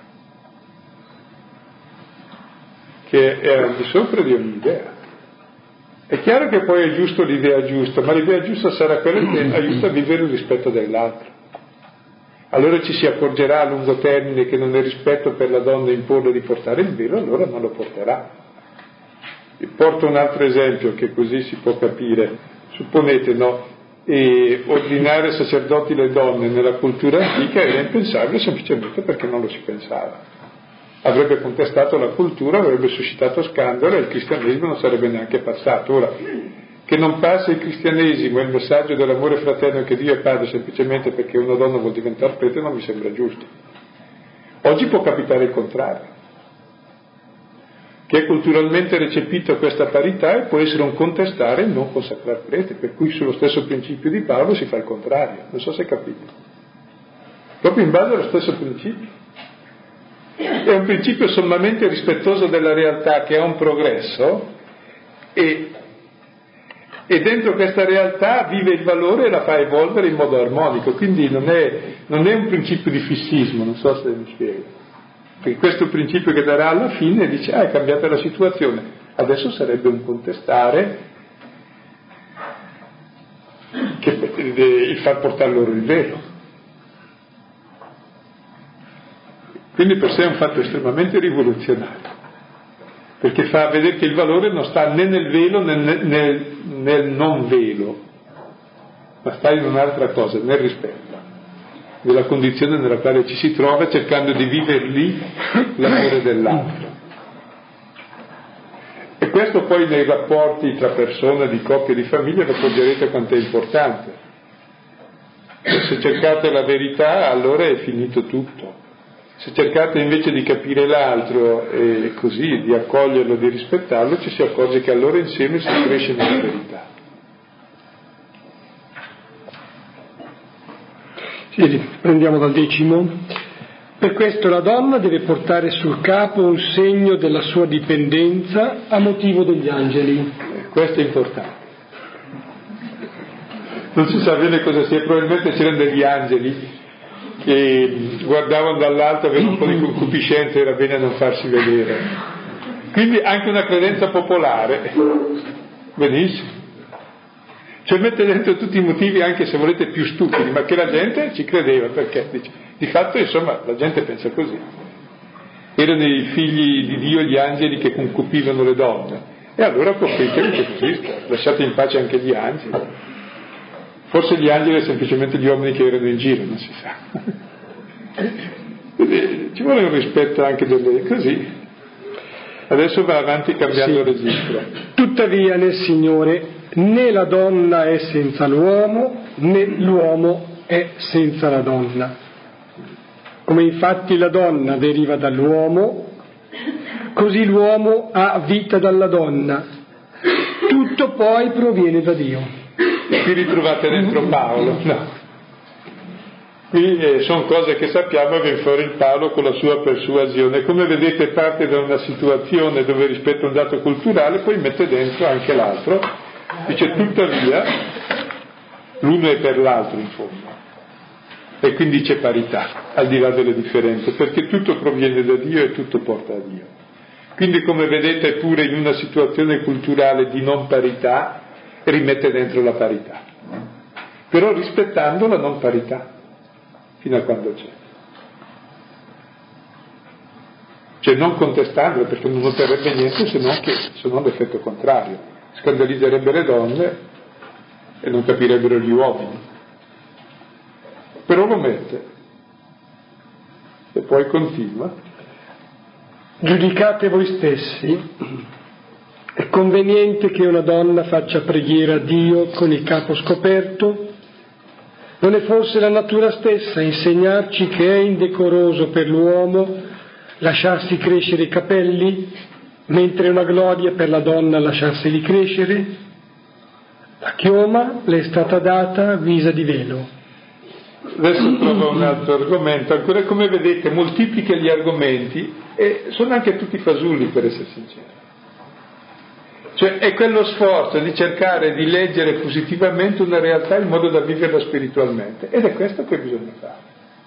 che è al di sopra di ogni idea. È chiaro che poi è giusto l'idea giusta, ma l'idea giusta sarà quella che aiuta a vivere il rispetto dell'altro. Allora ci si accorgerà a lungo termine che non è rispetto per la donna imporre di portare il velo, allora non lo porterà. Vi porto un altro esempio che così si può capire. Supponete, no, e ordinare sacerdoti le donne nella cultura antica era impensabile semplicemente perché non lo si pensava. Avrebbe contestato la cultura, avrebbe suscitato scandalo e il cristianesimo non sarebbe neanche passato. Ora, che non passa il cristianesimo e il messaggio dell'amore fraterno che Dio è padre semplicemente perché una donna vuol diventare prete non mi sembra giusto. Oggi può capitare il contrario, che è culturalmente recepito questa parità e può essere un contestare il non consacrare prete, per cui sullo stesso principio di Paolo si fa il contrario. Non so se capite. Proprio in base allo stesso principio. È un principio sommamente rispettoso della realtà che ha un progresso e, e dentro questa realtà vive il valore e la fa evolvere in modo armonico, quindi non è, non è un principio di fissismo, non so se mi spiego, perché questo principio che darà alla fine dice ah è cambiata la situazione, adesso sarebbe un contestare che, il far portare loro il velo. Quindi per sé è un fatto estremamente rivoluzionario, perché fa vedere che il valore non sta né nel velo né nel, nel, nel non velo, ma sta in un'altra cosa, nel rispetto della condizione nella quale ci si trova, cercando di vivere lì l'amore dell'altro. E questo poi nei rapporti tra persone, di coppia e di famiglia lo poggerete quanto è importante. Se cercate la verità, allora è finito tutto. Se cercate invece di capire l'altro e così, di accoglierlo, di rispettarlo, ci si accorge che allora insieme si cresce nella verità. Sì, prendiamo dal decimo. Per questo la donna deve portare sul capo un segno della sua dipendenza a motivo degli angeli. Eh, questo è importante. Non si sa bene cosa sia, probabilmente c'erano degli angeli che guardavano dall'alto, avevano un po' di concupiscenza, era bene a non farsi vedere. Quindi anche una credenza popolare, benissimo. Cioè mette dentro tutti i motivi, anche se volete più stupidi, ma che la gente ci credeva, perché dice, di fatto insomma la gente pensa così. Erano i figli di Dio, gli angeli che concupivano le donne, e allora comprendete che così, lasciate in pace anche gli angeli. Forse gli angeli sono semplicemente gli uomini che erano in giro, non si sa. Quindi, ci vuole un rispetto anche delle così. Adesso va avanti cambiando sì. registro. Tuttavia nel Signore né la donna è senza l'uomo, né l'uomo è senza la donna. Come infatti la donna deriva dall'uomo, così l'uomo ha vita dalla donna. Tutto poi proviene da Dio. Qui ritrovate dentro Paolo, no? Qui eh, sono cose che sappiamo e viene fuori il Paolo con la sua persuasione. Come vedete parte da una situazione dove rispetto a un dato culturale, poi mette dentro anche l'altro. Dice tuttavia l'uno è per l'altro in fondo, e quindi c'è parità al di là delle differenze, perché tutto proviene da Dio e tutto porta a Dio. Quindi come vedete pure in una situazione culturale di non parità rimette dentro la parità, però rispettando la non parità fino a quando c'è, cioè non contestandola, perché non otterrebbe niente se non, che, se non l'effetto contrario, scandalizzerebbe le donne e non capirebbero gli uomini, però lo mette e poi continua. Giudicate voi stessi, è conveniente che una donna faccia preghiera a Dio con il capo scoperto? Non è forse la natura stessa a insegnarci che è indecoroso per l'uomo lasciarsi crescere i capelli, mentre è una gloria per la donna lasciarseli crescere? La chioma le è stata data a guisa di velo. Adesso trovo un altro argomento, ancora come vedete moltiplica gli argomenti e sono anche tutti fasulli, per essere sinceri. Cioè è quello sforzo di cercare di leggere positivamente una realtà in modo da viverla spiritualmente, ed è questo che bisogna fare.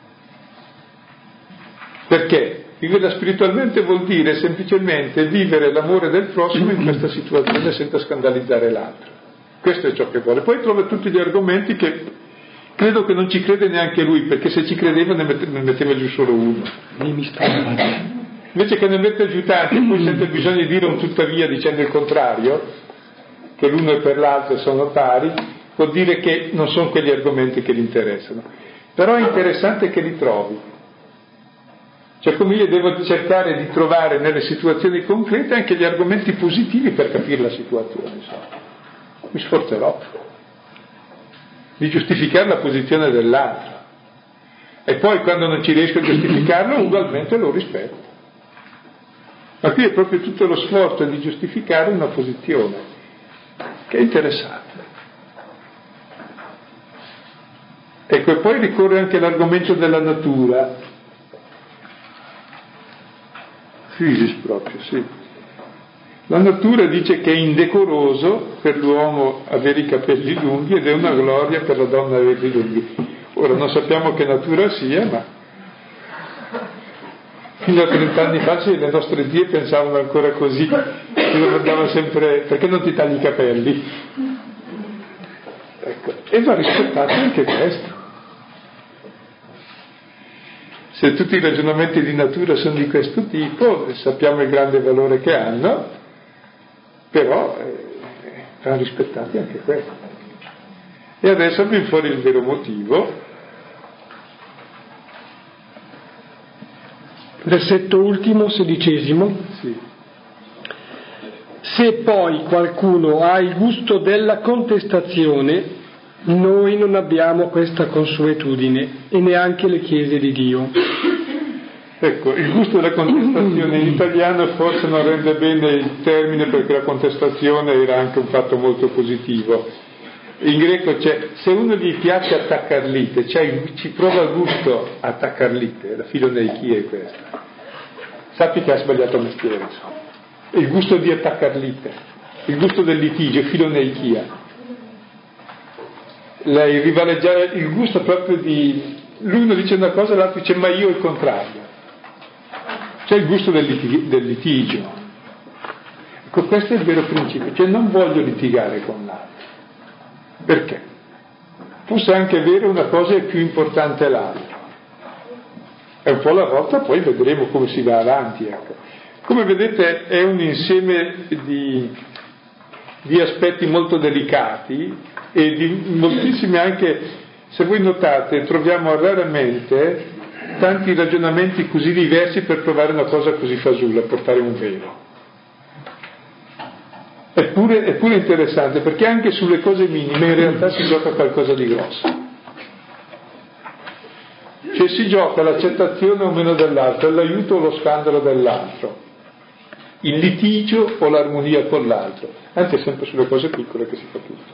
Perché viverla spiritualmente vuol dire semplicemente vivere l'amore del prossimo in questa situazione senza scandalizzare l'altro. Questo è ciò che vuole. Poi trova tutti gli argomenti che credo che non ci crede neanche lui, perché se ci credeva ne metteva, ne metteva giù solo uno. Invece che ne mette giù tanti, poi sente il bisogno di dire un tuttavia dicendo il contrario, che l'uno è per l'altro e sono pari, vuol dire che non sono quegli argomenti che gli interessano. Però è interessante che li trovi. Cioè come io devo cercare di trovare nelle situazioni concrete anche gli argomenti positivi per capire la situazione. Insomma. Mi sforzerò di giustificare la posizione dell'altro. E poi quando non ci riesco a giustificarlo, ugualmente lo rispetto. Ma qui è proprio tutto lo sforzo di giustificare una posizione, che è interessante. Ecco, e poi ricorre anche l'argomento della natura. Fisis proprio, sì. La natura dice che è indecoroso per l'uomo avere i capelli lunghi ed è una gloria per la donna averli lunghi. Ora non sappiamo che natura sia, ma fino a trent'anni fa sì, le nostre zie pensavano ancora così, che domandavano sempre perché non ti tagli i capelli? Ecco, e va rispettato anche questo. Se tutti i ragionamenti di natura sono di questo tipo, sappiamo il grande valore che hanno, però eh, vanno rispettati anche questo. E adesso viene fuori il vero motivo. Versetto ultimo, sedicesimo. Sì. Se poi qualcuno ha il gusto della contestazione, noi non abbiamo questa consuetudine e neanche le chiese di Dio. Ecco, il gusto della contestazione in italiano forse non rende bene il termine, perché la contestazione era anche un fatto molto positivo. In greco c'è, se uno gli piace attaccarlite, cioè ci prova gusto attaccarlite, la filoneichia è questa. Sappi che ha sbagliato mestiere, insomma. Il gusto di attaccarlite, il gusto del litigio, filoneichia. La, il rivaleggiare, il gusto proprio di l'uno dice una cosa e l'altro dice ma io il contrario. C'è il gusto del, litig- del litigio. Ecco, questo è il vero principio, cioè non voglio litigare con l'altro. Perché? Forse anche vero una cosa è più importante l'altra. E un po' alla volta poi vedremo come si va avanti. Ecco. Come vedete è un insieme di, di aspetti molto delicati e di moltissimi anche, se voi notate, troviamo raramente tanti ragionamenti così diversi per provare una cosa così fasulla, portare un velo. Eppure, eppure interessante, perché anche sulle cose minime in realtà si gioca qualcosa di grosso. Cioè si gioca l'accettazione o meno dell'altro, l'aiuto o lo scandalo dell'altro, il litigio o l'armonia con l'altro, anche sempre sulle cose piccole che si fa tutto.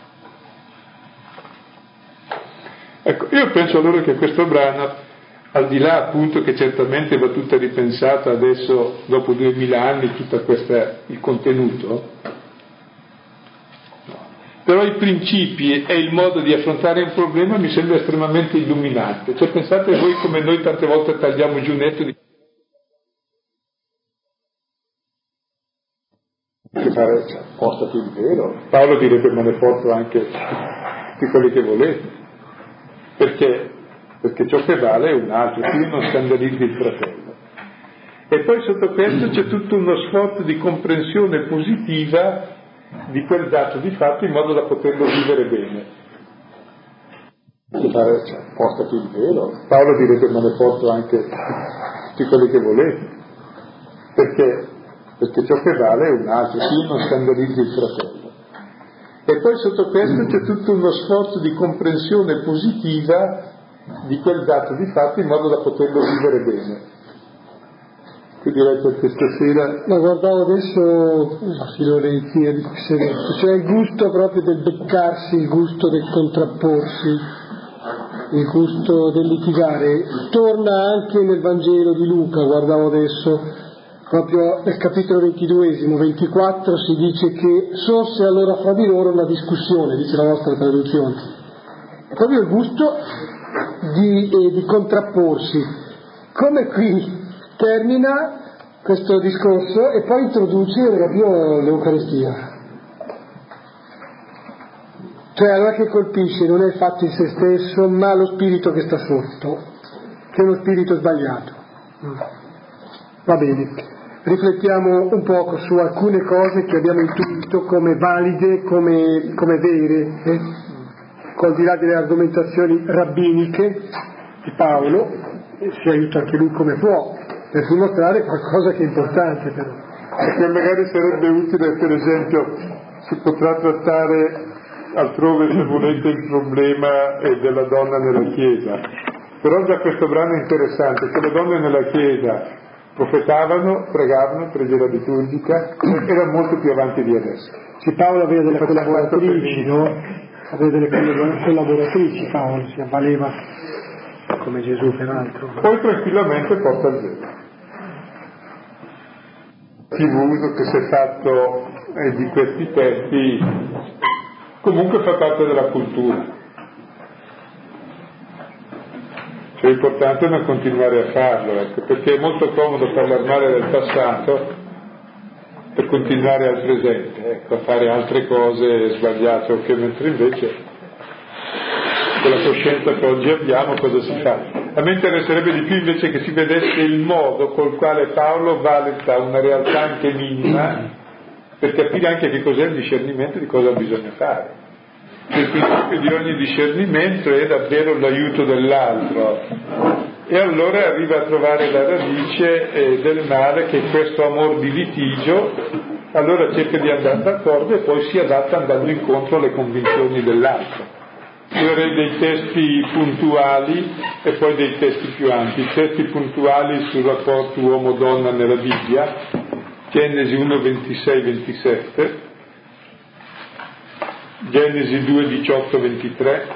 Ecco, io penso allora che questo brano, al di là appunto che certamente va tutta ripensata adesso, dopo duemila anni, tutta questa, il contenuto, però i principi e il modo di affrontare un problema mi sembra estremamente illuminante. Cioè pensate voi come noi tante volte tagliamo giù netto di che fare, cioè, portati il vero. Paolo direbbe me ne porto anche di quelli che volete, perché perché ciò che vale è un altro, qui non scandalizzi il fratello. E poi sotto questo c'è tutto uno sforzo di comprensione positiva di quel dato di fatto in modo da poterlo vivere bene. Fare, cioè, portati il velo. Paolo direbbe me ne porto anche tutti quelli che volete, perché perché ciò che vale è un altro, qui non scandalizzi il fratello. E poi sotto questo c'è tutto uno sforzo di comprensione positiva di quel dato di fatto in modo da poterlo vivere bene. Che direi per questa sera? Ma guardavo adesso la filoneichia di cui si è detto, cioè il gusto proprio del beccarsi, il gusto del contrapporsi, il gusto del litigare, torna anche nel Vangelo di Luca. Guardavo adesso proprio nel capitolo ventiduesimo, ventiquattro, si dice che sorse allora fra di loro una discussione, dice la nostra traduzione. È proprio il gusto di, eh, di contrapporsi. Come qui termina questo discorso e poi introduce proprio l'Eucaristia. Cioè allora che colpisce non è il fatto in se stesso, ma lo spirito che sta sotto, che è uno spirito sbagliato. Va bene, riflettiamo un poco su alcune cose che abbiamo intuito come valide, come, come vere, eh? Al di là delle argomentazioni rabbiniche di Paolo, si aiuta anche lui come può, per dimostrare qualcosa che è importante però. Perché magari sarebbe utile, per esempio, si potrà trattare altrove, se volete, il problema della donna nella Chiesa. Però già questo brano è interessante, che le donne nella Chiesa profetavano, pregavano, preghiera liturgica, era molto più avanti di adesso. Sì, Paolo aveva delle collaboratrici, no? Aveva delle collaboratrici, Paolo si avvaleva, come Gesù peraltro. Poi tranquillamente porta il velo. Il uso che si è fatto eh, di questi testi comunque fa parte della cultura. Cioè l'importante è non continuare a farlo, ecco, perché è molto comodo parlare male del passato per continuare al presente, ecco, a fare altre cose sbagliate, o che mentre invece con la coscienza che oggi abbiamo cosa si fa? A me interesserebbe di più invece che si vedesse il modo col quale Paolo valuta una realtà anche minima per capire anche che cos'è il discernimento, di cosa bisogna fare. Il principio di ogni discernimento è davvero l'aiuto dell'altro, e allora arriva a trovare la radice eh, del male, che è questo amor di litigio allora cerca di andare d'accordo e poi si adatta andando incontro alle convinzioni dell'altro. Io avrei dei testi puntuali e poi dei testi più ampi. I testi puntuali sul rapporto uomo-donna nella Bibbia, Genesi uno, ventisei ventisette, Genesi due, diciotto ventitré,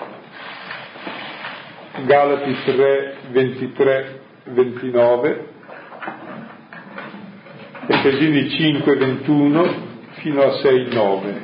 Galati tre, ventitré ventinove, Efesini cinque, ventuno fino a sei, nove.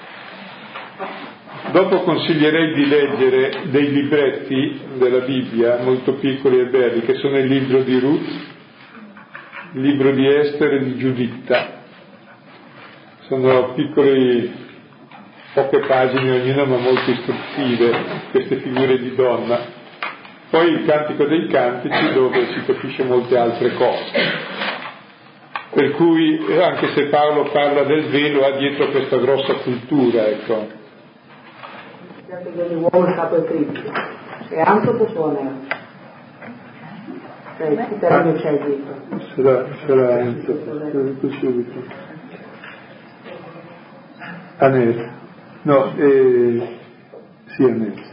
Dopo consiglierei di leggere dei libretti della Bibbia molto piccoli e belli, che sono il libro di Ruth, il libro di Esther e di Giuditta. Sono piccoli, poche pagine ognuna, ma molto istruttive, queste figure di donna. Poi il Cantico dei Cantici, dove si capisce molte altre cose. Per cui, anche se Paolo parla del velo, ha dietro questa grossa cultura, ecco. Dato che l'uomo è stato Cristo, è antroposone, cioè il termine c'è dietro. Sarà, sarà, detto subito. Anes. No, eh, sì, Anes.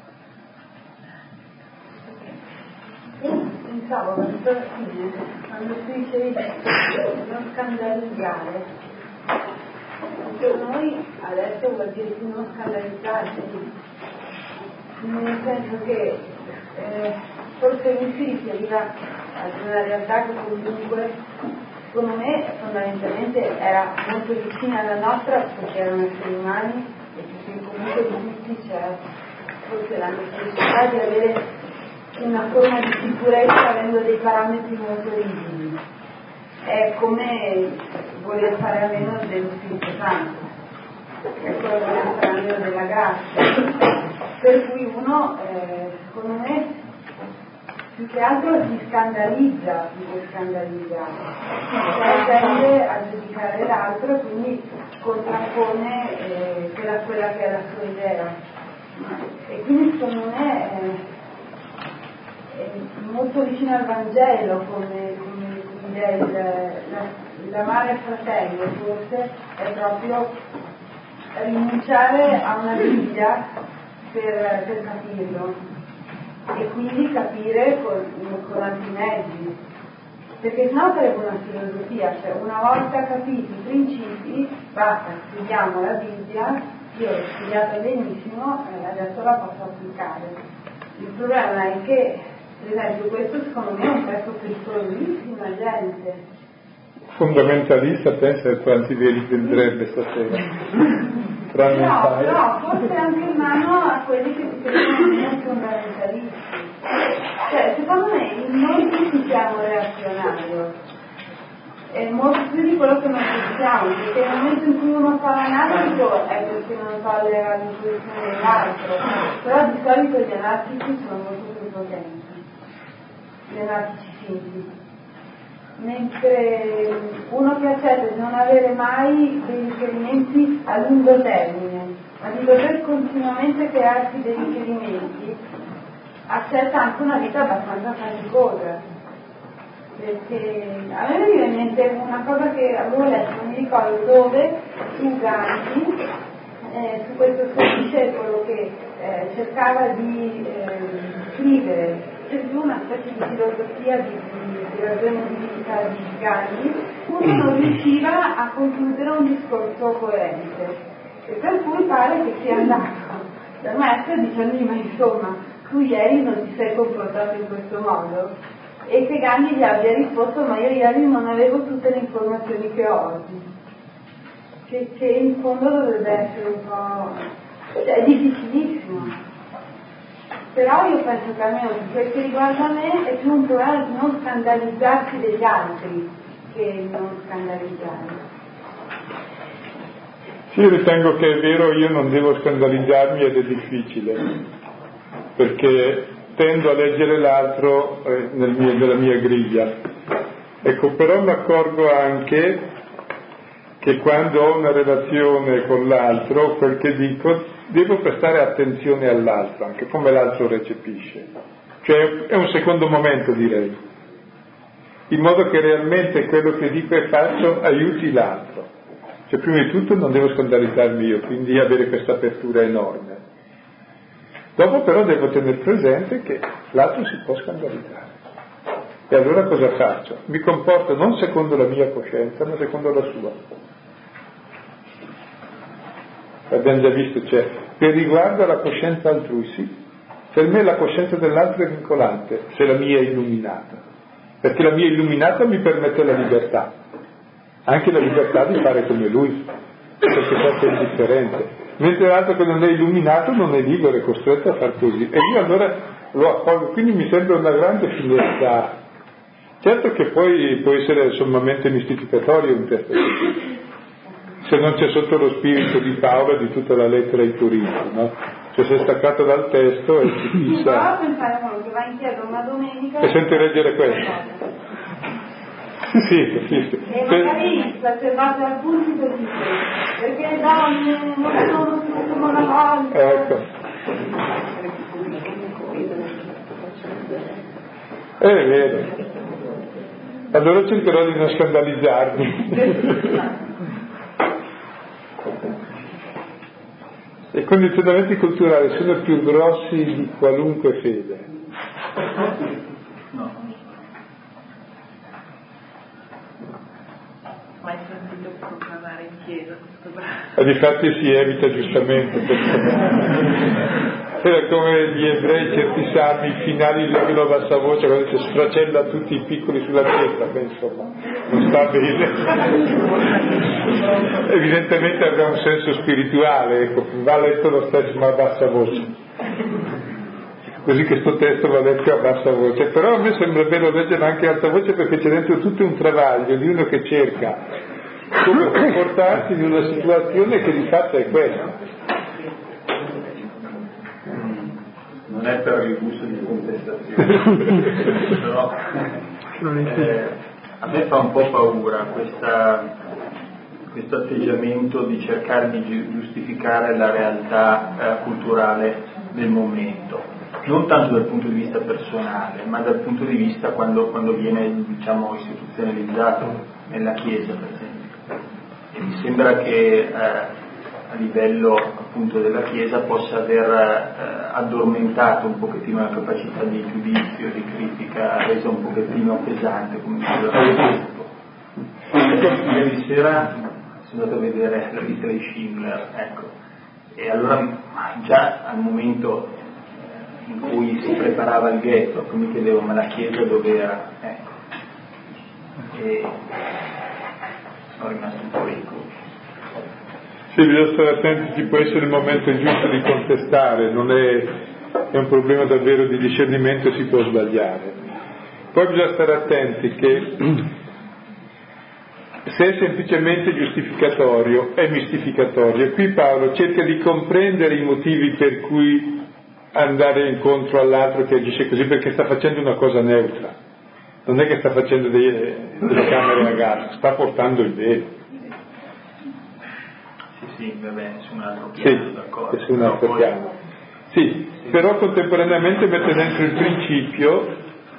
Pensavo verso la fine, quando tu dicevi non scandalizzare, per noi adesso vuol dire non scandalizzarsi, nel senso che eh, forse lui si riferiva ad una realtà che comunque secondo me fondamentalmente era molto vicina alla nostra, perché erano esseri umani e perché comunque di tutti c'era forse la necessità di avere una forma di sicurezza avendo dei parametri molto rigidi. È come voler fare a meno dello Spirito Santo, è come voler fare a meno della grazia, per cui uno eh, secondo me più che altro si scandalizza più che scandalizzare, cioè tende a giudicare l'altro e quindi contrappone eh, quella, quella che è la sua idea, e quindi secondo me eh, molto vicino al Vangelo come, come, come idea, il, la, l'amare il fratello forse è proprio rinunciare a una Bibbia per, per capirlo e quindi capire con, con altri mezzi, perché sennò sarebbe una filosofia, cioè una volta capiti i principi basta, studiamo la Bibbia, io l'ho studiata benissimo e adesso la posso applicare. Il problema è che, per esempio, questo secondo me è un pezzo pericolosissimo a gente. Fondamentalista, pensa a quanti veli vendrebbe stasera. Però, però forse anche in mano a quelli che si credono meno fondamentalisti. Cioè, secondo me noi tutti siamo reazionari, è molto più di quello che non pensiamo, perché nel momento in cui uno fa l'anarchico è perché non tollera l'imposizione dell'altro, però di solito gli anarchici sono molto più potenti, gli anarchici finti, mentre uno che accetta di non avere mai dei riferimenti a lungo termine, ma di dover continuamente crearsi dei riferimenti, accetta anche una vita abbastanza faticosa. Perché a me mi viene in mente una cosa che avevo letto, non mi ricordo dove, su Gandhi, eh, su questo suo discepolo che eh, cercava di eh, scrivere, c'è più una specie di filosofia di, di, di ragione di vita di Gandhi, uno non riusciva a concludere un discorso coerente, e per cui pare che sia andato dal maestro dicendogli: ma insomma, tu ieri non ti sei comportato in questo modo? E che Gandhi gli abbia risposto: ma io ieri non avevo tutte le informazioni che ho oggi, che, che in fondo dovrebbe essere un po', cioè, è difficilissimo. Però io penso che almeno per quel che riguarda me è più un problema di non scandalizzarsi degli altri che non scandalizzare. Sì, io ritengo che è vero, io non devo scandalizzarmi ed è difficile, perché tendo a leggere l'altro eh, nel mio, nella mia griglia. Ecco, però mi accorgo anche che quando ho una relazione con l'altro, quel che dico, devo prestare attenzione all'altro, anche come l'altro recepisce. Cioè è un secondo momento, direi, in modo che realmente quello che dico e faccio aiuti l'altro. Cioè, prima di tutto non devo scandalizzarmi io, quindi avere questa apertura enorme. Dopo però devo tenere presente che l'altro si può scandalizzare. E allora cosa faccio? Mi comporto non secondo la mia coscienza, ma secondo la sua. Abbiamo già visto, cioè, per riguardo alla coscienza altrui, sì. Per me la coscienza dell'altro è vincolante, se la mia è illuminata. Perché la mia illuminata mi permette la libertà. Anche la libertà di fare come lui, perché questo è indifferente. Mentre l'altro che non è illuminato non è libero, è costretto a far così. E io allora lo accolgo, quindi mi sembra una grande finezza. Certo che poi può essere sommamente mistificatorio un testo così, se non c'è sotto lo spirito di Paolo e di tutta la lettera ai Corinzi, no? Cioè sei staccato dal testo e si fissa. Prova a pensare a uno che va in chiesa una domenica e sente leggere questo. Sì, sì, capisco. E magari esacerbate alcuni così, perché le donne non sono tutte come una volta. Ecco. È vero. Allora cercherò di non scandalizzarmi. I condizionamenti culturali sono più grossi di qualunque fede. No. Mai sentito proclamare in chiesa questo brano? E difatti si evita giustamente questo. Era come gli ebrei certi salmi finali leggono a bassa voce quando si sfracella tutti i piccoli sulla testa, penso, ma non sta bene. Evidentemente avrà un senso spirituale, ecco, va letto lo stesso ma a bassa voce. Così che sto testo va letto a bassa voce, però a me sembra bello leggerlo anche a alta voce perché c'è dentro tutto un travaglio di uno che cerca come comportarsi in una situazione che di fatto è questa. Non è per il gusto di contestazione, però eh, a me fa un po' paura questa, questo atteggiamento di cercare di giustificare la realtà eh, culturale del momento, non tanto dal punto di vista personale, ma dal punto di vista quando, quando viene, diciamo, istituzionalizzato nella Chiesa, per esempio. E mi sembra che eh, a livello appunto della Chiesa possa aver eh, addormentato un pochettino la capacità di giudizio, di critica, resa un pochettino pesante, come diceva il Vescovo. Ieri sera sono andato a vedere la lista di Schindler, ecco, e allora già al momento eh, in cui si preparava il ghetto, mi chiedevo ma la Chiesa dov'era? Ecco. E sono rimasto un po' ricco. Sì, bisogna stare attenti, ci può essere il momento giusto di contestare, non è, è un problema davvero di discernimento, si può sbagliare. Poi bisogna stare attenti che se è semplicemente giustificatorio, è mistificatorio. E qui Paolo cerca di comprendere i motivi per cui andare incontro all'altro che agisce così, perché sta facendo una cosa neutra. Non è che sta facendo dei, delle camere a gas, sta portando il vero. Sì, vabbè, su un altro piano, sì, d'accordo. su un altro poi... piano. Sì, sì, però contemporaneamente mette dentro il principio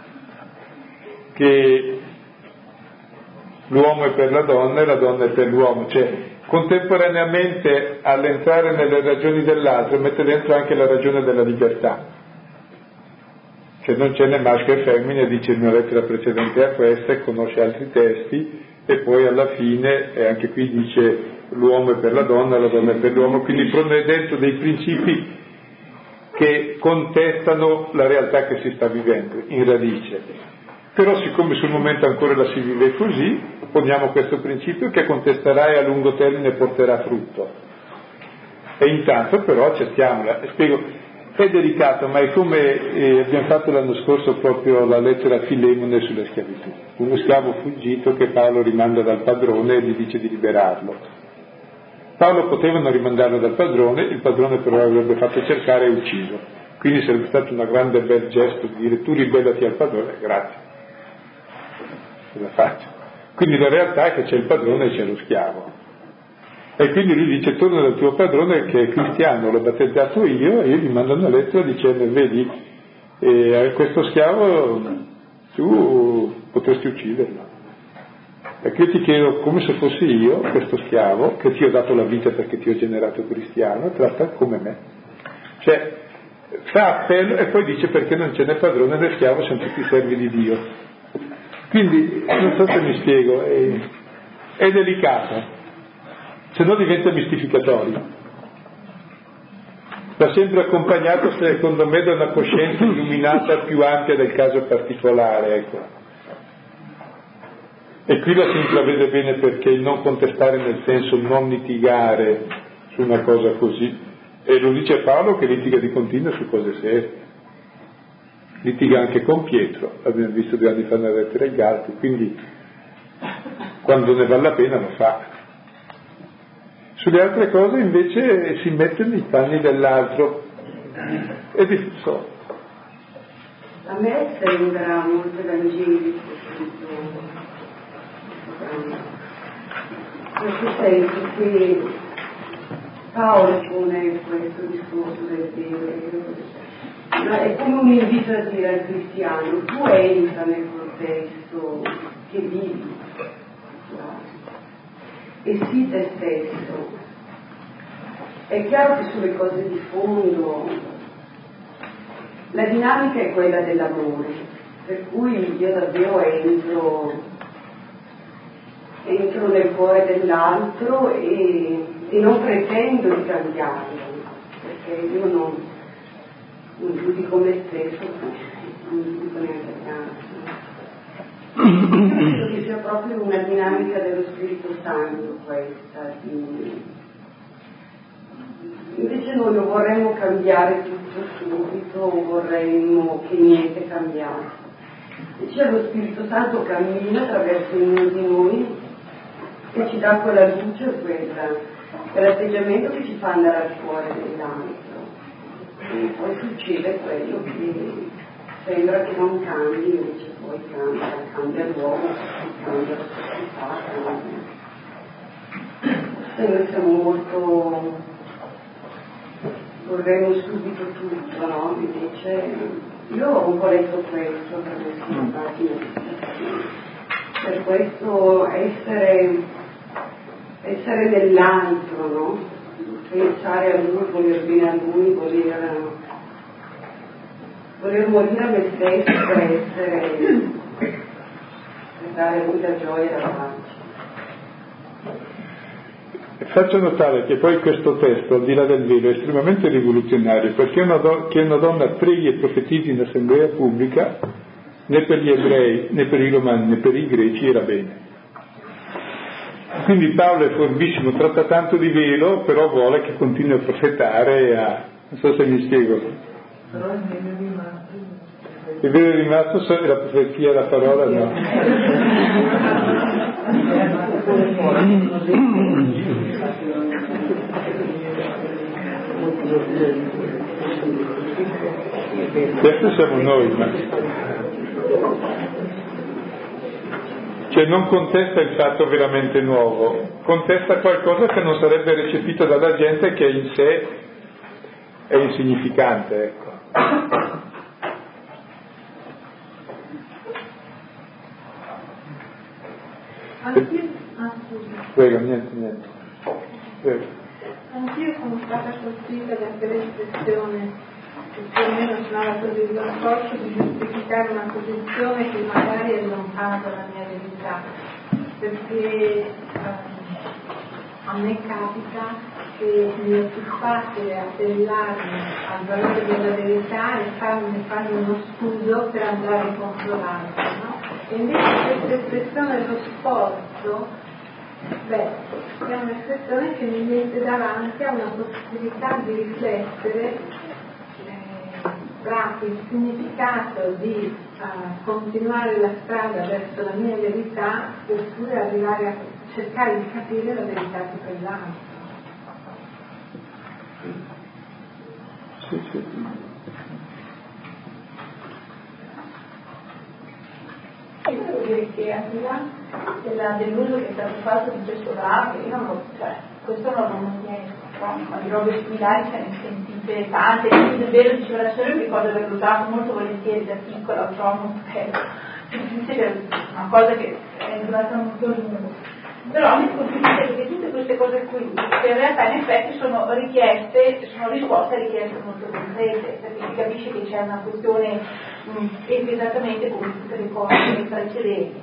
che l'uomo è per la donna e la donna è per l'uomo, cioè contemporaneamente all'entrare nelle ragioni dell'altro mette dentro anche la ragione della libertà, cioè non c'è né maschio e femmina, dice in una lettera precedente a questa e conosce altri testi, e poi alla fine, e anche qui dice l'uomo è per la donna, la donna è per l'uomo, quindi prende dentro dei principi che contestano la realtà che si sta vivendo in radice. Però siccome sul momento ancora la si vive così, poniamo questo principio che contesterà e a lungo termine porterà frutto. E intanto però accettiamola. Spiego, è delicato, ma è come eh, abbiamo fatto l'anno scorso proprio la lettera a Filemone sulla schiavitù. Uno schiavo fuggito che Paolo rimanda dal padrone e gli dice di liberarlo. Paolo poteva non rimandarlo dal padrone, il padrone però l'avrebbe fatto cercare e ucciso. Quindi sarebbe stato un grande bel gesto di dire tu ribellati al padrone, grazie. Cosa faccio? Quindi la realtà è che c'è il padrone e c'è lo schiavo. E quindi lui dice torna dal tuo padrone che è cristiano, l'ho battezzato io, e io gli mando una lettera dicendo vedi, eh, questo schiavo tu potresti ucciderlo. Ecco, io ti chiedo come se fossi io, questo schiavo, che ti ho dato la vita perché ti ho generato cristiano, tratta come me. Cioè, fa appello e poi dice perché non ce n'è padrone né schiavo, siamo tutti servi di Dio. Quindi, non so se mi spiego, è, è delicato, se no diventa mistificatorio. Va sempre accompagnato, secondo me, da una coscienza illuminata più ampia del caso particolare, ecco. E qui la si intravede bene, perché il non contestare nel senso non litigare su una cosa così, e lo dice Paolo che litiga di continuo su cose serie, litiga anche con Pietro, l'abbiamo visto due anni fa nella lettera ai Galati, quindi quando ne vale la pena lo fa. Sulle altre cose invece si mette nei panni dell'altro e di so. A me sembra molto evangelico tutto. Nel senso che Paolo pone questo discorso del bene, ma è come un invito a dire al cristiano: tu entra nel contesto che vivi e sii te stesso. È chiaro che sulle cose di fondo la dinamica è quella dell'amore, per cui io davvero entro entro nel cuore dell'altro e, e non pretendo di cambiarlo, perché io non, non giudico me stesso, non giudico neanche l'altro. Io credo che sia proprio una dinamica dello Spirito Santo questa, di... invece noi lo vorremmo cambiare tutto subito, vorremmo che niente cambiasse. Invece lo Spirito Santo cammina attraverso ognuno di noi e ci dà quella luce, quella, quell'atteggiamento che ci fa andare al cuore dell'altro. E poi succede quello che sembra che non cambi, invece poi cambia, cambia l'uomo, cambia la società, cambia. E noi siamo molto, vorremmo subito tutto, no? Invece io ho un po' letto questo attraverso una pagina. Per questo essere essere nell'altro, no? Pensare a lui, voler bene a lui, voler, voler morire a me stesso per essere, per dare a lui la gioia e la pace. Faccio notare che poi questo testo, al di là del velo, è estremamente rivoluzionario, perché una do- che una donna preghi e profetizzi in assemblea pubblica, né per gli ebrei, né per i romani, né per i greci era bene. Quindi Paolo è furbissimo, tratta tanto di velo, però vuole che continui a profetare, a... non so se mi spiego. Però il velo è rimasto. Il velo è rimasto, so, la profezia, la parola no. Questo siamo noi, ma... cioè non contesta il fatto veramente nuovo, contesta qualcosa che non sarebbe recepito dalla gente, che in sé è insignificante, ecco. Anch'io, ah, Prego, niente, niente. Prego. Anch'io sono stata colpita da quell'espressione che più o meno suonava così, lo sforzo di giustificare una posizione che magari è lontana dalla mia verità, perché eh, a me capita che mi è più facile appellarmi al valore della verità e farmi fare uno scudo per andare contro l'altro, no? E invece questa espressione dello sforzo, beh, è un'espressione che mi mette davanti a una possibilità di riflettere tra il significato di uh, continuare la strada verso la mia verità, oppure arrivare a cercare di capire la verità di quell'altro. Sì, sì. Io devo dire che al di là della, dell'uso che è stato fatto di questo brano, io non lo, cioè, questo non mi è ma di robe similari ce ne sentite tante, quindi è vero, diceva la signora, mi ricordo di averlo usato molto volentieri da piccola, lo trovo molto bello, c'è una cosa che è durata molto a lungo. Però mi colpisce che tutte queste cose qui, che in realtà in effetti sono richieste, sono risposte a richieste molto concrete, perché si capisce che c'è una questione mh, esattamente come tutte le cose precedenti.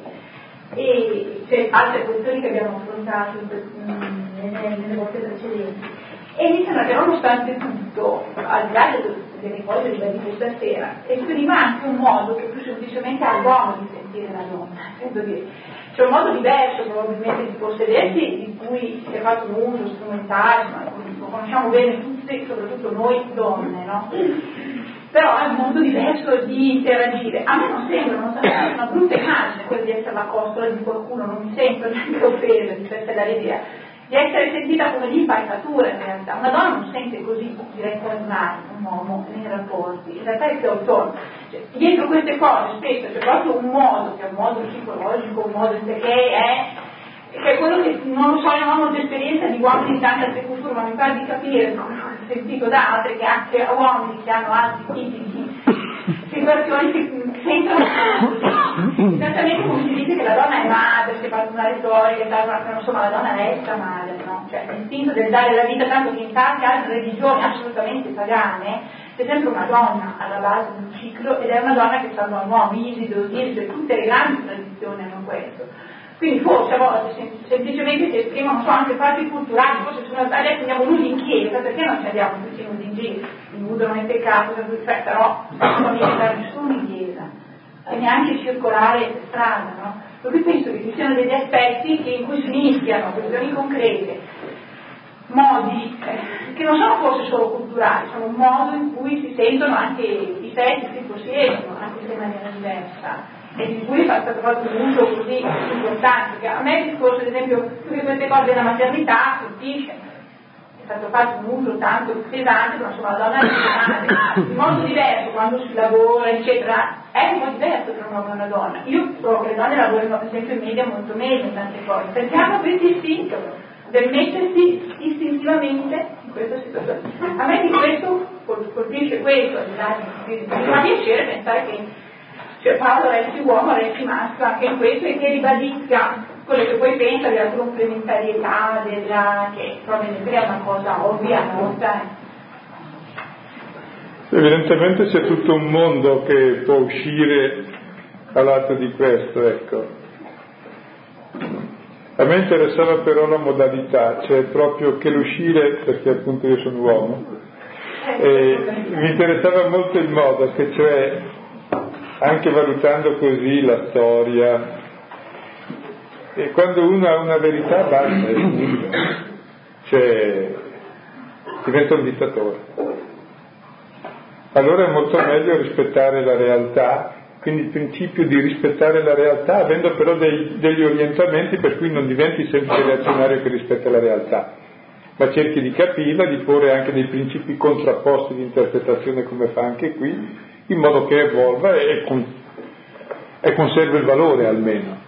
E c'è altre questioni che abbiamo affrontato in, mh, nelle, nelle volte precedenti. E mi sembra che nonostante tutto, al di là delle cose ribadite stasera, esprima anche un modo che più semplicemente ha l'uomo di sentire la donna. Sento dire, c'è un modo diverso probabilmente di possedersi, di cui si è fatto un uso strumentale, ma lo conosciamo bene tutti, soprattutto noi donne, no? Però è un modo diverso di interagire. A me non sembra, non so, una brutta immagine quella di essere la costola di qualcuno, non mi sento neanche offesa di questa è l'idea, di essere sentita come l'impalcatura in realtà. Una donna non sente così diretta al mare, un uomo nei rapporti, in realtà è più autonomo. Cioè, dietro queste cose spesso c'è proprio un modo, che è un modo psicologico, un modo che è, che è quello che non lo so, io non ho molta esperienza di uomini di tante altre culture, ma mi pare di capire, non ho sentito da altri, che anche uomini che hanno altri tipi di situazioni che sentono esattamente come si dice che la donna è madre, si fa una retorica e tal, ma insomma la donna resta madre, no? Cioè l'istinto del dare la vita, tanto che in tante altre religioni assolutamente pagane c'è sempre una donna alla base del ciclo ed è una donna che salva l'uomo, Iside, Osiride, tutte le grandi tradizioni hanno questo. Quindi forse a volte sem- semplicemente si esprimono, so, anche fatti culturali, forse sono, adesso andiamo nudi in chiesa, perché non ci andiamo tutti nudi in giro? Il nudo non è peccato, cioè, però non viene da nessuno in chiesa, e neanche circolare per strada, no? Per cui penso che ci siano degli aspetti che in cui si mischiano questioni concrete, modi eh, che non sono forse solo culturali, sono un modo in cui si sentono anche i sessi, si possiedono, anche se in maniera diversa, e di cui è stato fatto un uso così importante, che a me il discorso, ad esempio, tutte queste cose della maternità colpisce, è stato fatto un uso tanto pesante, ma insomma la donna è madre, in modo diverso quando si lavora, eccetera, è un po' diverso tra un uomo e una donna. Io trovo che le donne lavorano per esempio in media molto meglio in tante cose, perché hanno questo istinto del mettersi istintivamente in questa situazione. A me di questo colpisce questo, al di là di, mi fa piacere pensare che cioè Paolo resti uomo, resti maschio anche in questo e che ribadisca quello che poi pensa della complementarietà, della, che probabilmente è una cosa ovvia, nota. Evidentemente c'è tutto un mondo che può uscire all'atto di questo, ecco. A me interessava però la modalità, cioè proprio che l'uscire, perché appunto io sono uomo, e mi interessava molto il modo, che cioè anche valutando così la storia, e quando uno ha una verità basta, è finito, cioè diventa un dittatore. Allora è molto meglio rispettare la realtà, quindi il principio di rispettare la realtà, avendo però dei, degli orientamenti per cui non diventi sempre reazionario che rispetta la realtà, ma cerchi di capirla, di porre anche dei principi contrapposti di interpretazione come fa anche qui, in modo che evolva e, con, e conserva il valore almeno,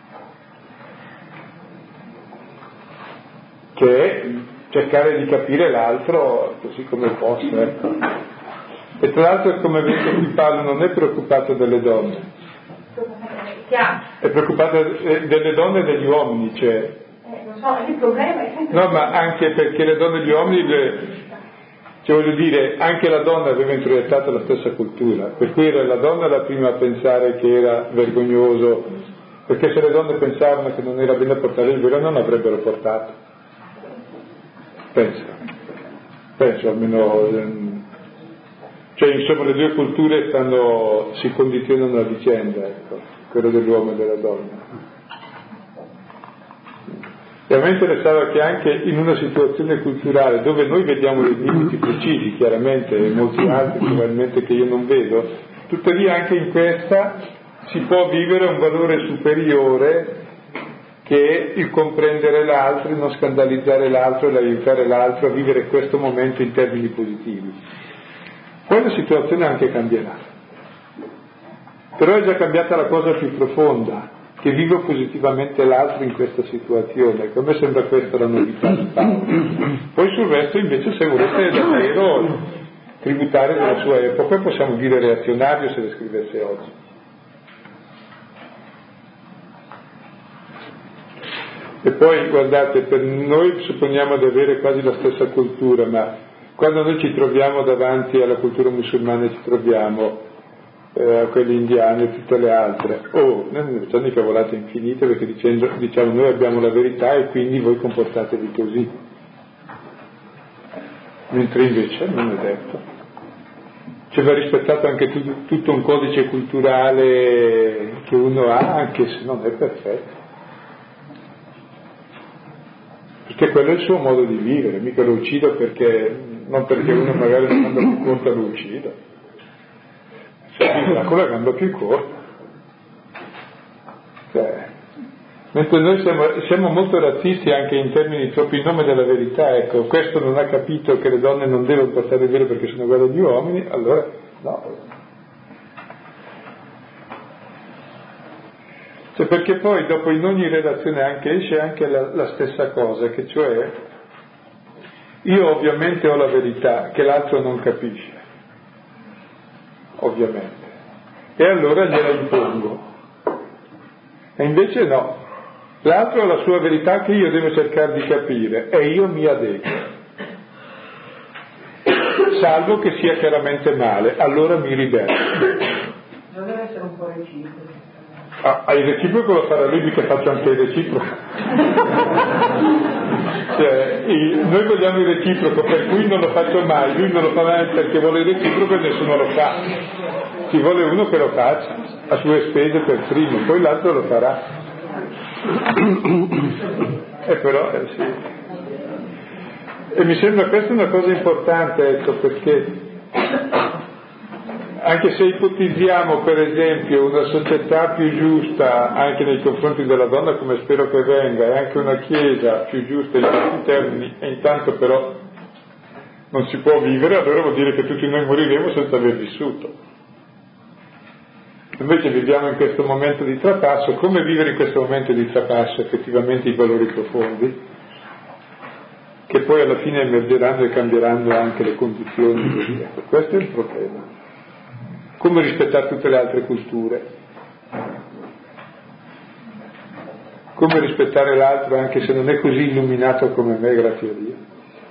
che è cercare di capire l'altro così come posso, ecco. E tra l'altro, come vedo qui Paolo non è preoccupato delle donne, è preoccupato delle donne e degli uomini, cioè non so, il problema è sempre no, ma anche perché le donne e gli uomini le, cioè voglio dire, anche la donna aveva introiettato la stessa cultura, per cui era la donna la prima a pensare che era vergognoso, perché se le donne pensavano che non era bene portare il velo non l'avrebbero portato, penso penso almeno, cioè insomma le due culture stanno, si condizionano a vicenda, ecco, quello dell'uomo e della donna. E a me interessava che anche in una situazione culturale dove noi vediamo dei limiti precisi, chiaramente, e molti altri probabilmente che io non vedo, tuttavia anche in questa si può vivere un valore superiore che è il comprendere l'altro, il non scandalizzare l'altro e l'aiutare l'altro a vivere questo momento in termini positivi. Poi la situazione anche cambierà, però è già cambiata la cosa più profonda, che vivo positivamente l'altro in questa situazione, che a me sembra questa la novità di Paolo. Poi sul resto invece, se volete, è davvero tributario della sua epoca, possiamo dire reazionario se le scrivesse oggi. E poi guardate, per noi supponiamo di avere quasi la stessa cultura, ma quando noi ci troviamo davanti alla cultura musulmana, ci troviamo eh, a quelli indiani e tutte le altre, oh, noi ne facciamo di cavolate infinite, perché dicendo, diciamo noi abbiamo la verità e quindi voi comportatevi così, mentre invece non è detto. Cioè va rispettato anche tu, tutto un codice culturale che uno ha, anche se non è perfetto, perché quello è il suo modo di vivere, mica lo uccido perché, non perché uno magari non anda più corta lo uccido, cioè con la gamba più corta. Cioè, mentre noi siamo, siamo molto razzisti anche in termini proprio in nome della verità, ecco, questo non ha capito che le donne non devono portare il velo perché sono uguali agli uomini, allora no. Cioè, perché poi dopo in ogni relazione anche esce anche la, la stessa cosa, che cioè io ovviamente ho la verità che l'altro non capisce, ovviamente, e allora gliela impongo, e invece no. L'altro ha la sua verità che io devo cercare di capire e io mi adeguo, salvo che sia chiaramente male, allora mi ribello. Non deve essere un po' reciproco. Ah, il reciproco lo farà lui, mica faccio anche il reciproco. Cioè, il, noi vogliamo il reciproco, per cui non lo faccio mai, lui non lo fa mai perché vuole il reciproco e nessuno lo fa. Ci vuole uno che lo faccia, a sue spese per primo, poi l'altro lo farà. E però eh, sì. E mi sembra questa una cosa importante, ecco, perché anche se ipotizziamo per esempio una società più giusta anche nei confronti della donna, come spero che venga, e anche una chiesa più giusta in questi termini, e intanto però non si può vivere, allora vuol dire che tutti noi moriremo senza aver vissuto. Invece viviamo in questo momento di trapasso. Come vivere in questo momento di trapasso effettivamente i valori profondi, che poi alla fine emergeranno e cambieranno anche le condizioni così. Ecco, questo è il problema. Come rispettare tutte le altre culture? Come rispettare l'altro anche se non è così illuminato come me, grazie a Dio?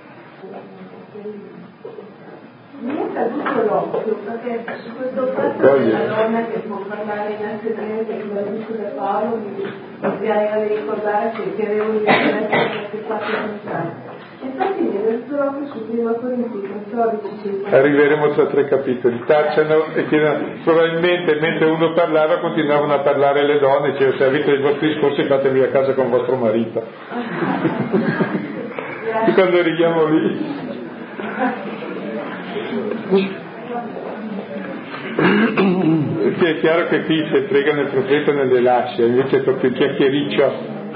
Mi è caduto l'occhio perché su questo fatto della donna che può parlare in altre lingue che lo dico da Paolo mi viene di ricordare che ti avevo detto quattro anni. Infatti mi è venuto l'occhio su prima Corinzi quattordici. Arriveremo tra tre capitoli. Tacciano e chiedono, probabilmente mentre uno parlava continuavano a parlare le donne, cioè se avete i vostri discorsi fatevi a casa con vostro marito. E quando arriviamo lì perché è chiaro che qui si pregano il profeta nelle lascia, invece è proprio il chiacchiericcio.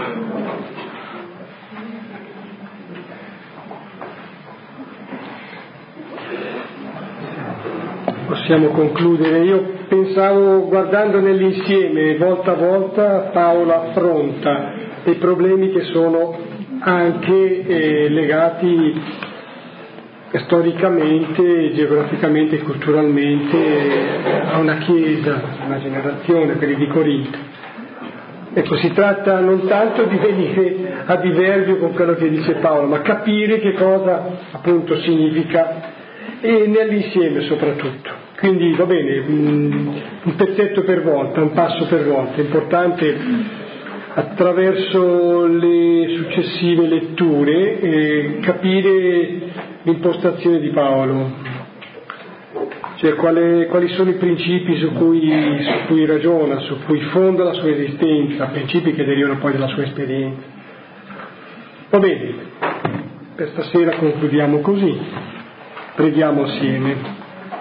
Possiamo concludere. Io pensavo, guardando nell'insieme, volta a volta Paolo affronta dei problemi che sono anche eh, legati storicamente, geograficamente e culturalmente a una chiesa, una generazione, quelli di Corinto. Ecco, si tratta non tanto di venire a diverbio con quello che dice Paolo, ma capire che cosa appunto significa, e nell'insieme soprattutto. Quindi va bene, un pezzetto per volta, un passo per volta. È importante attraverso le successive letture eh, capire l'impostazione di Paolo, cioè quale, quali sono i principi su cui, su cui ragiona, su cui fonda la sua esistenza, principi che derivano poi dalla sua esperienza. Va bene, per stasera concludiamo così, preghiamo assieme.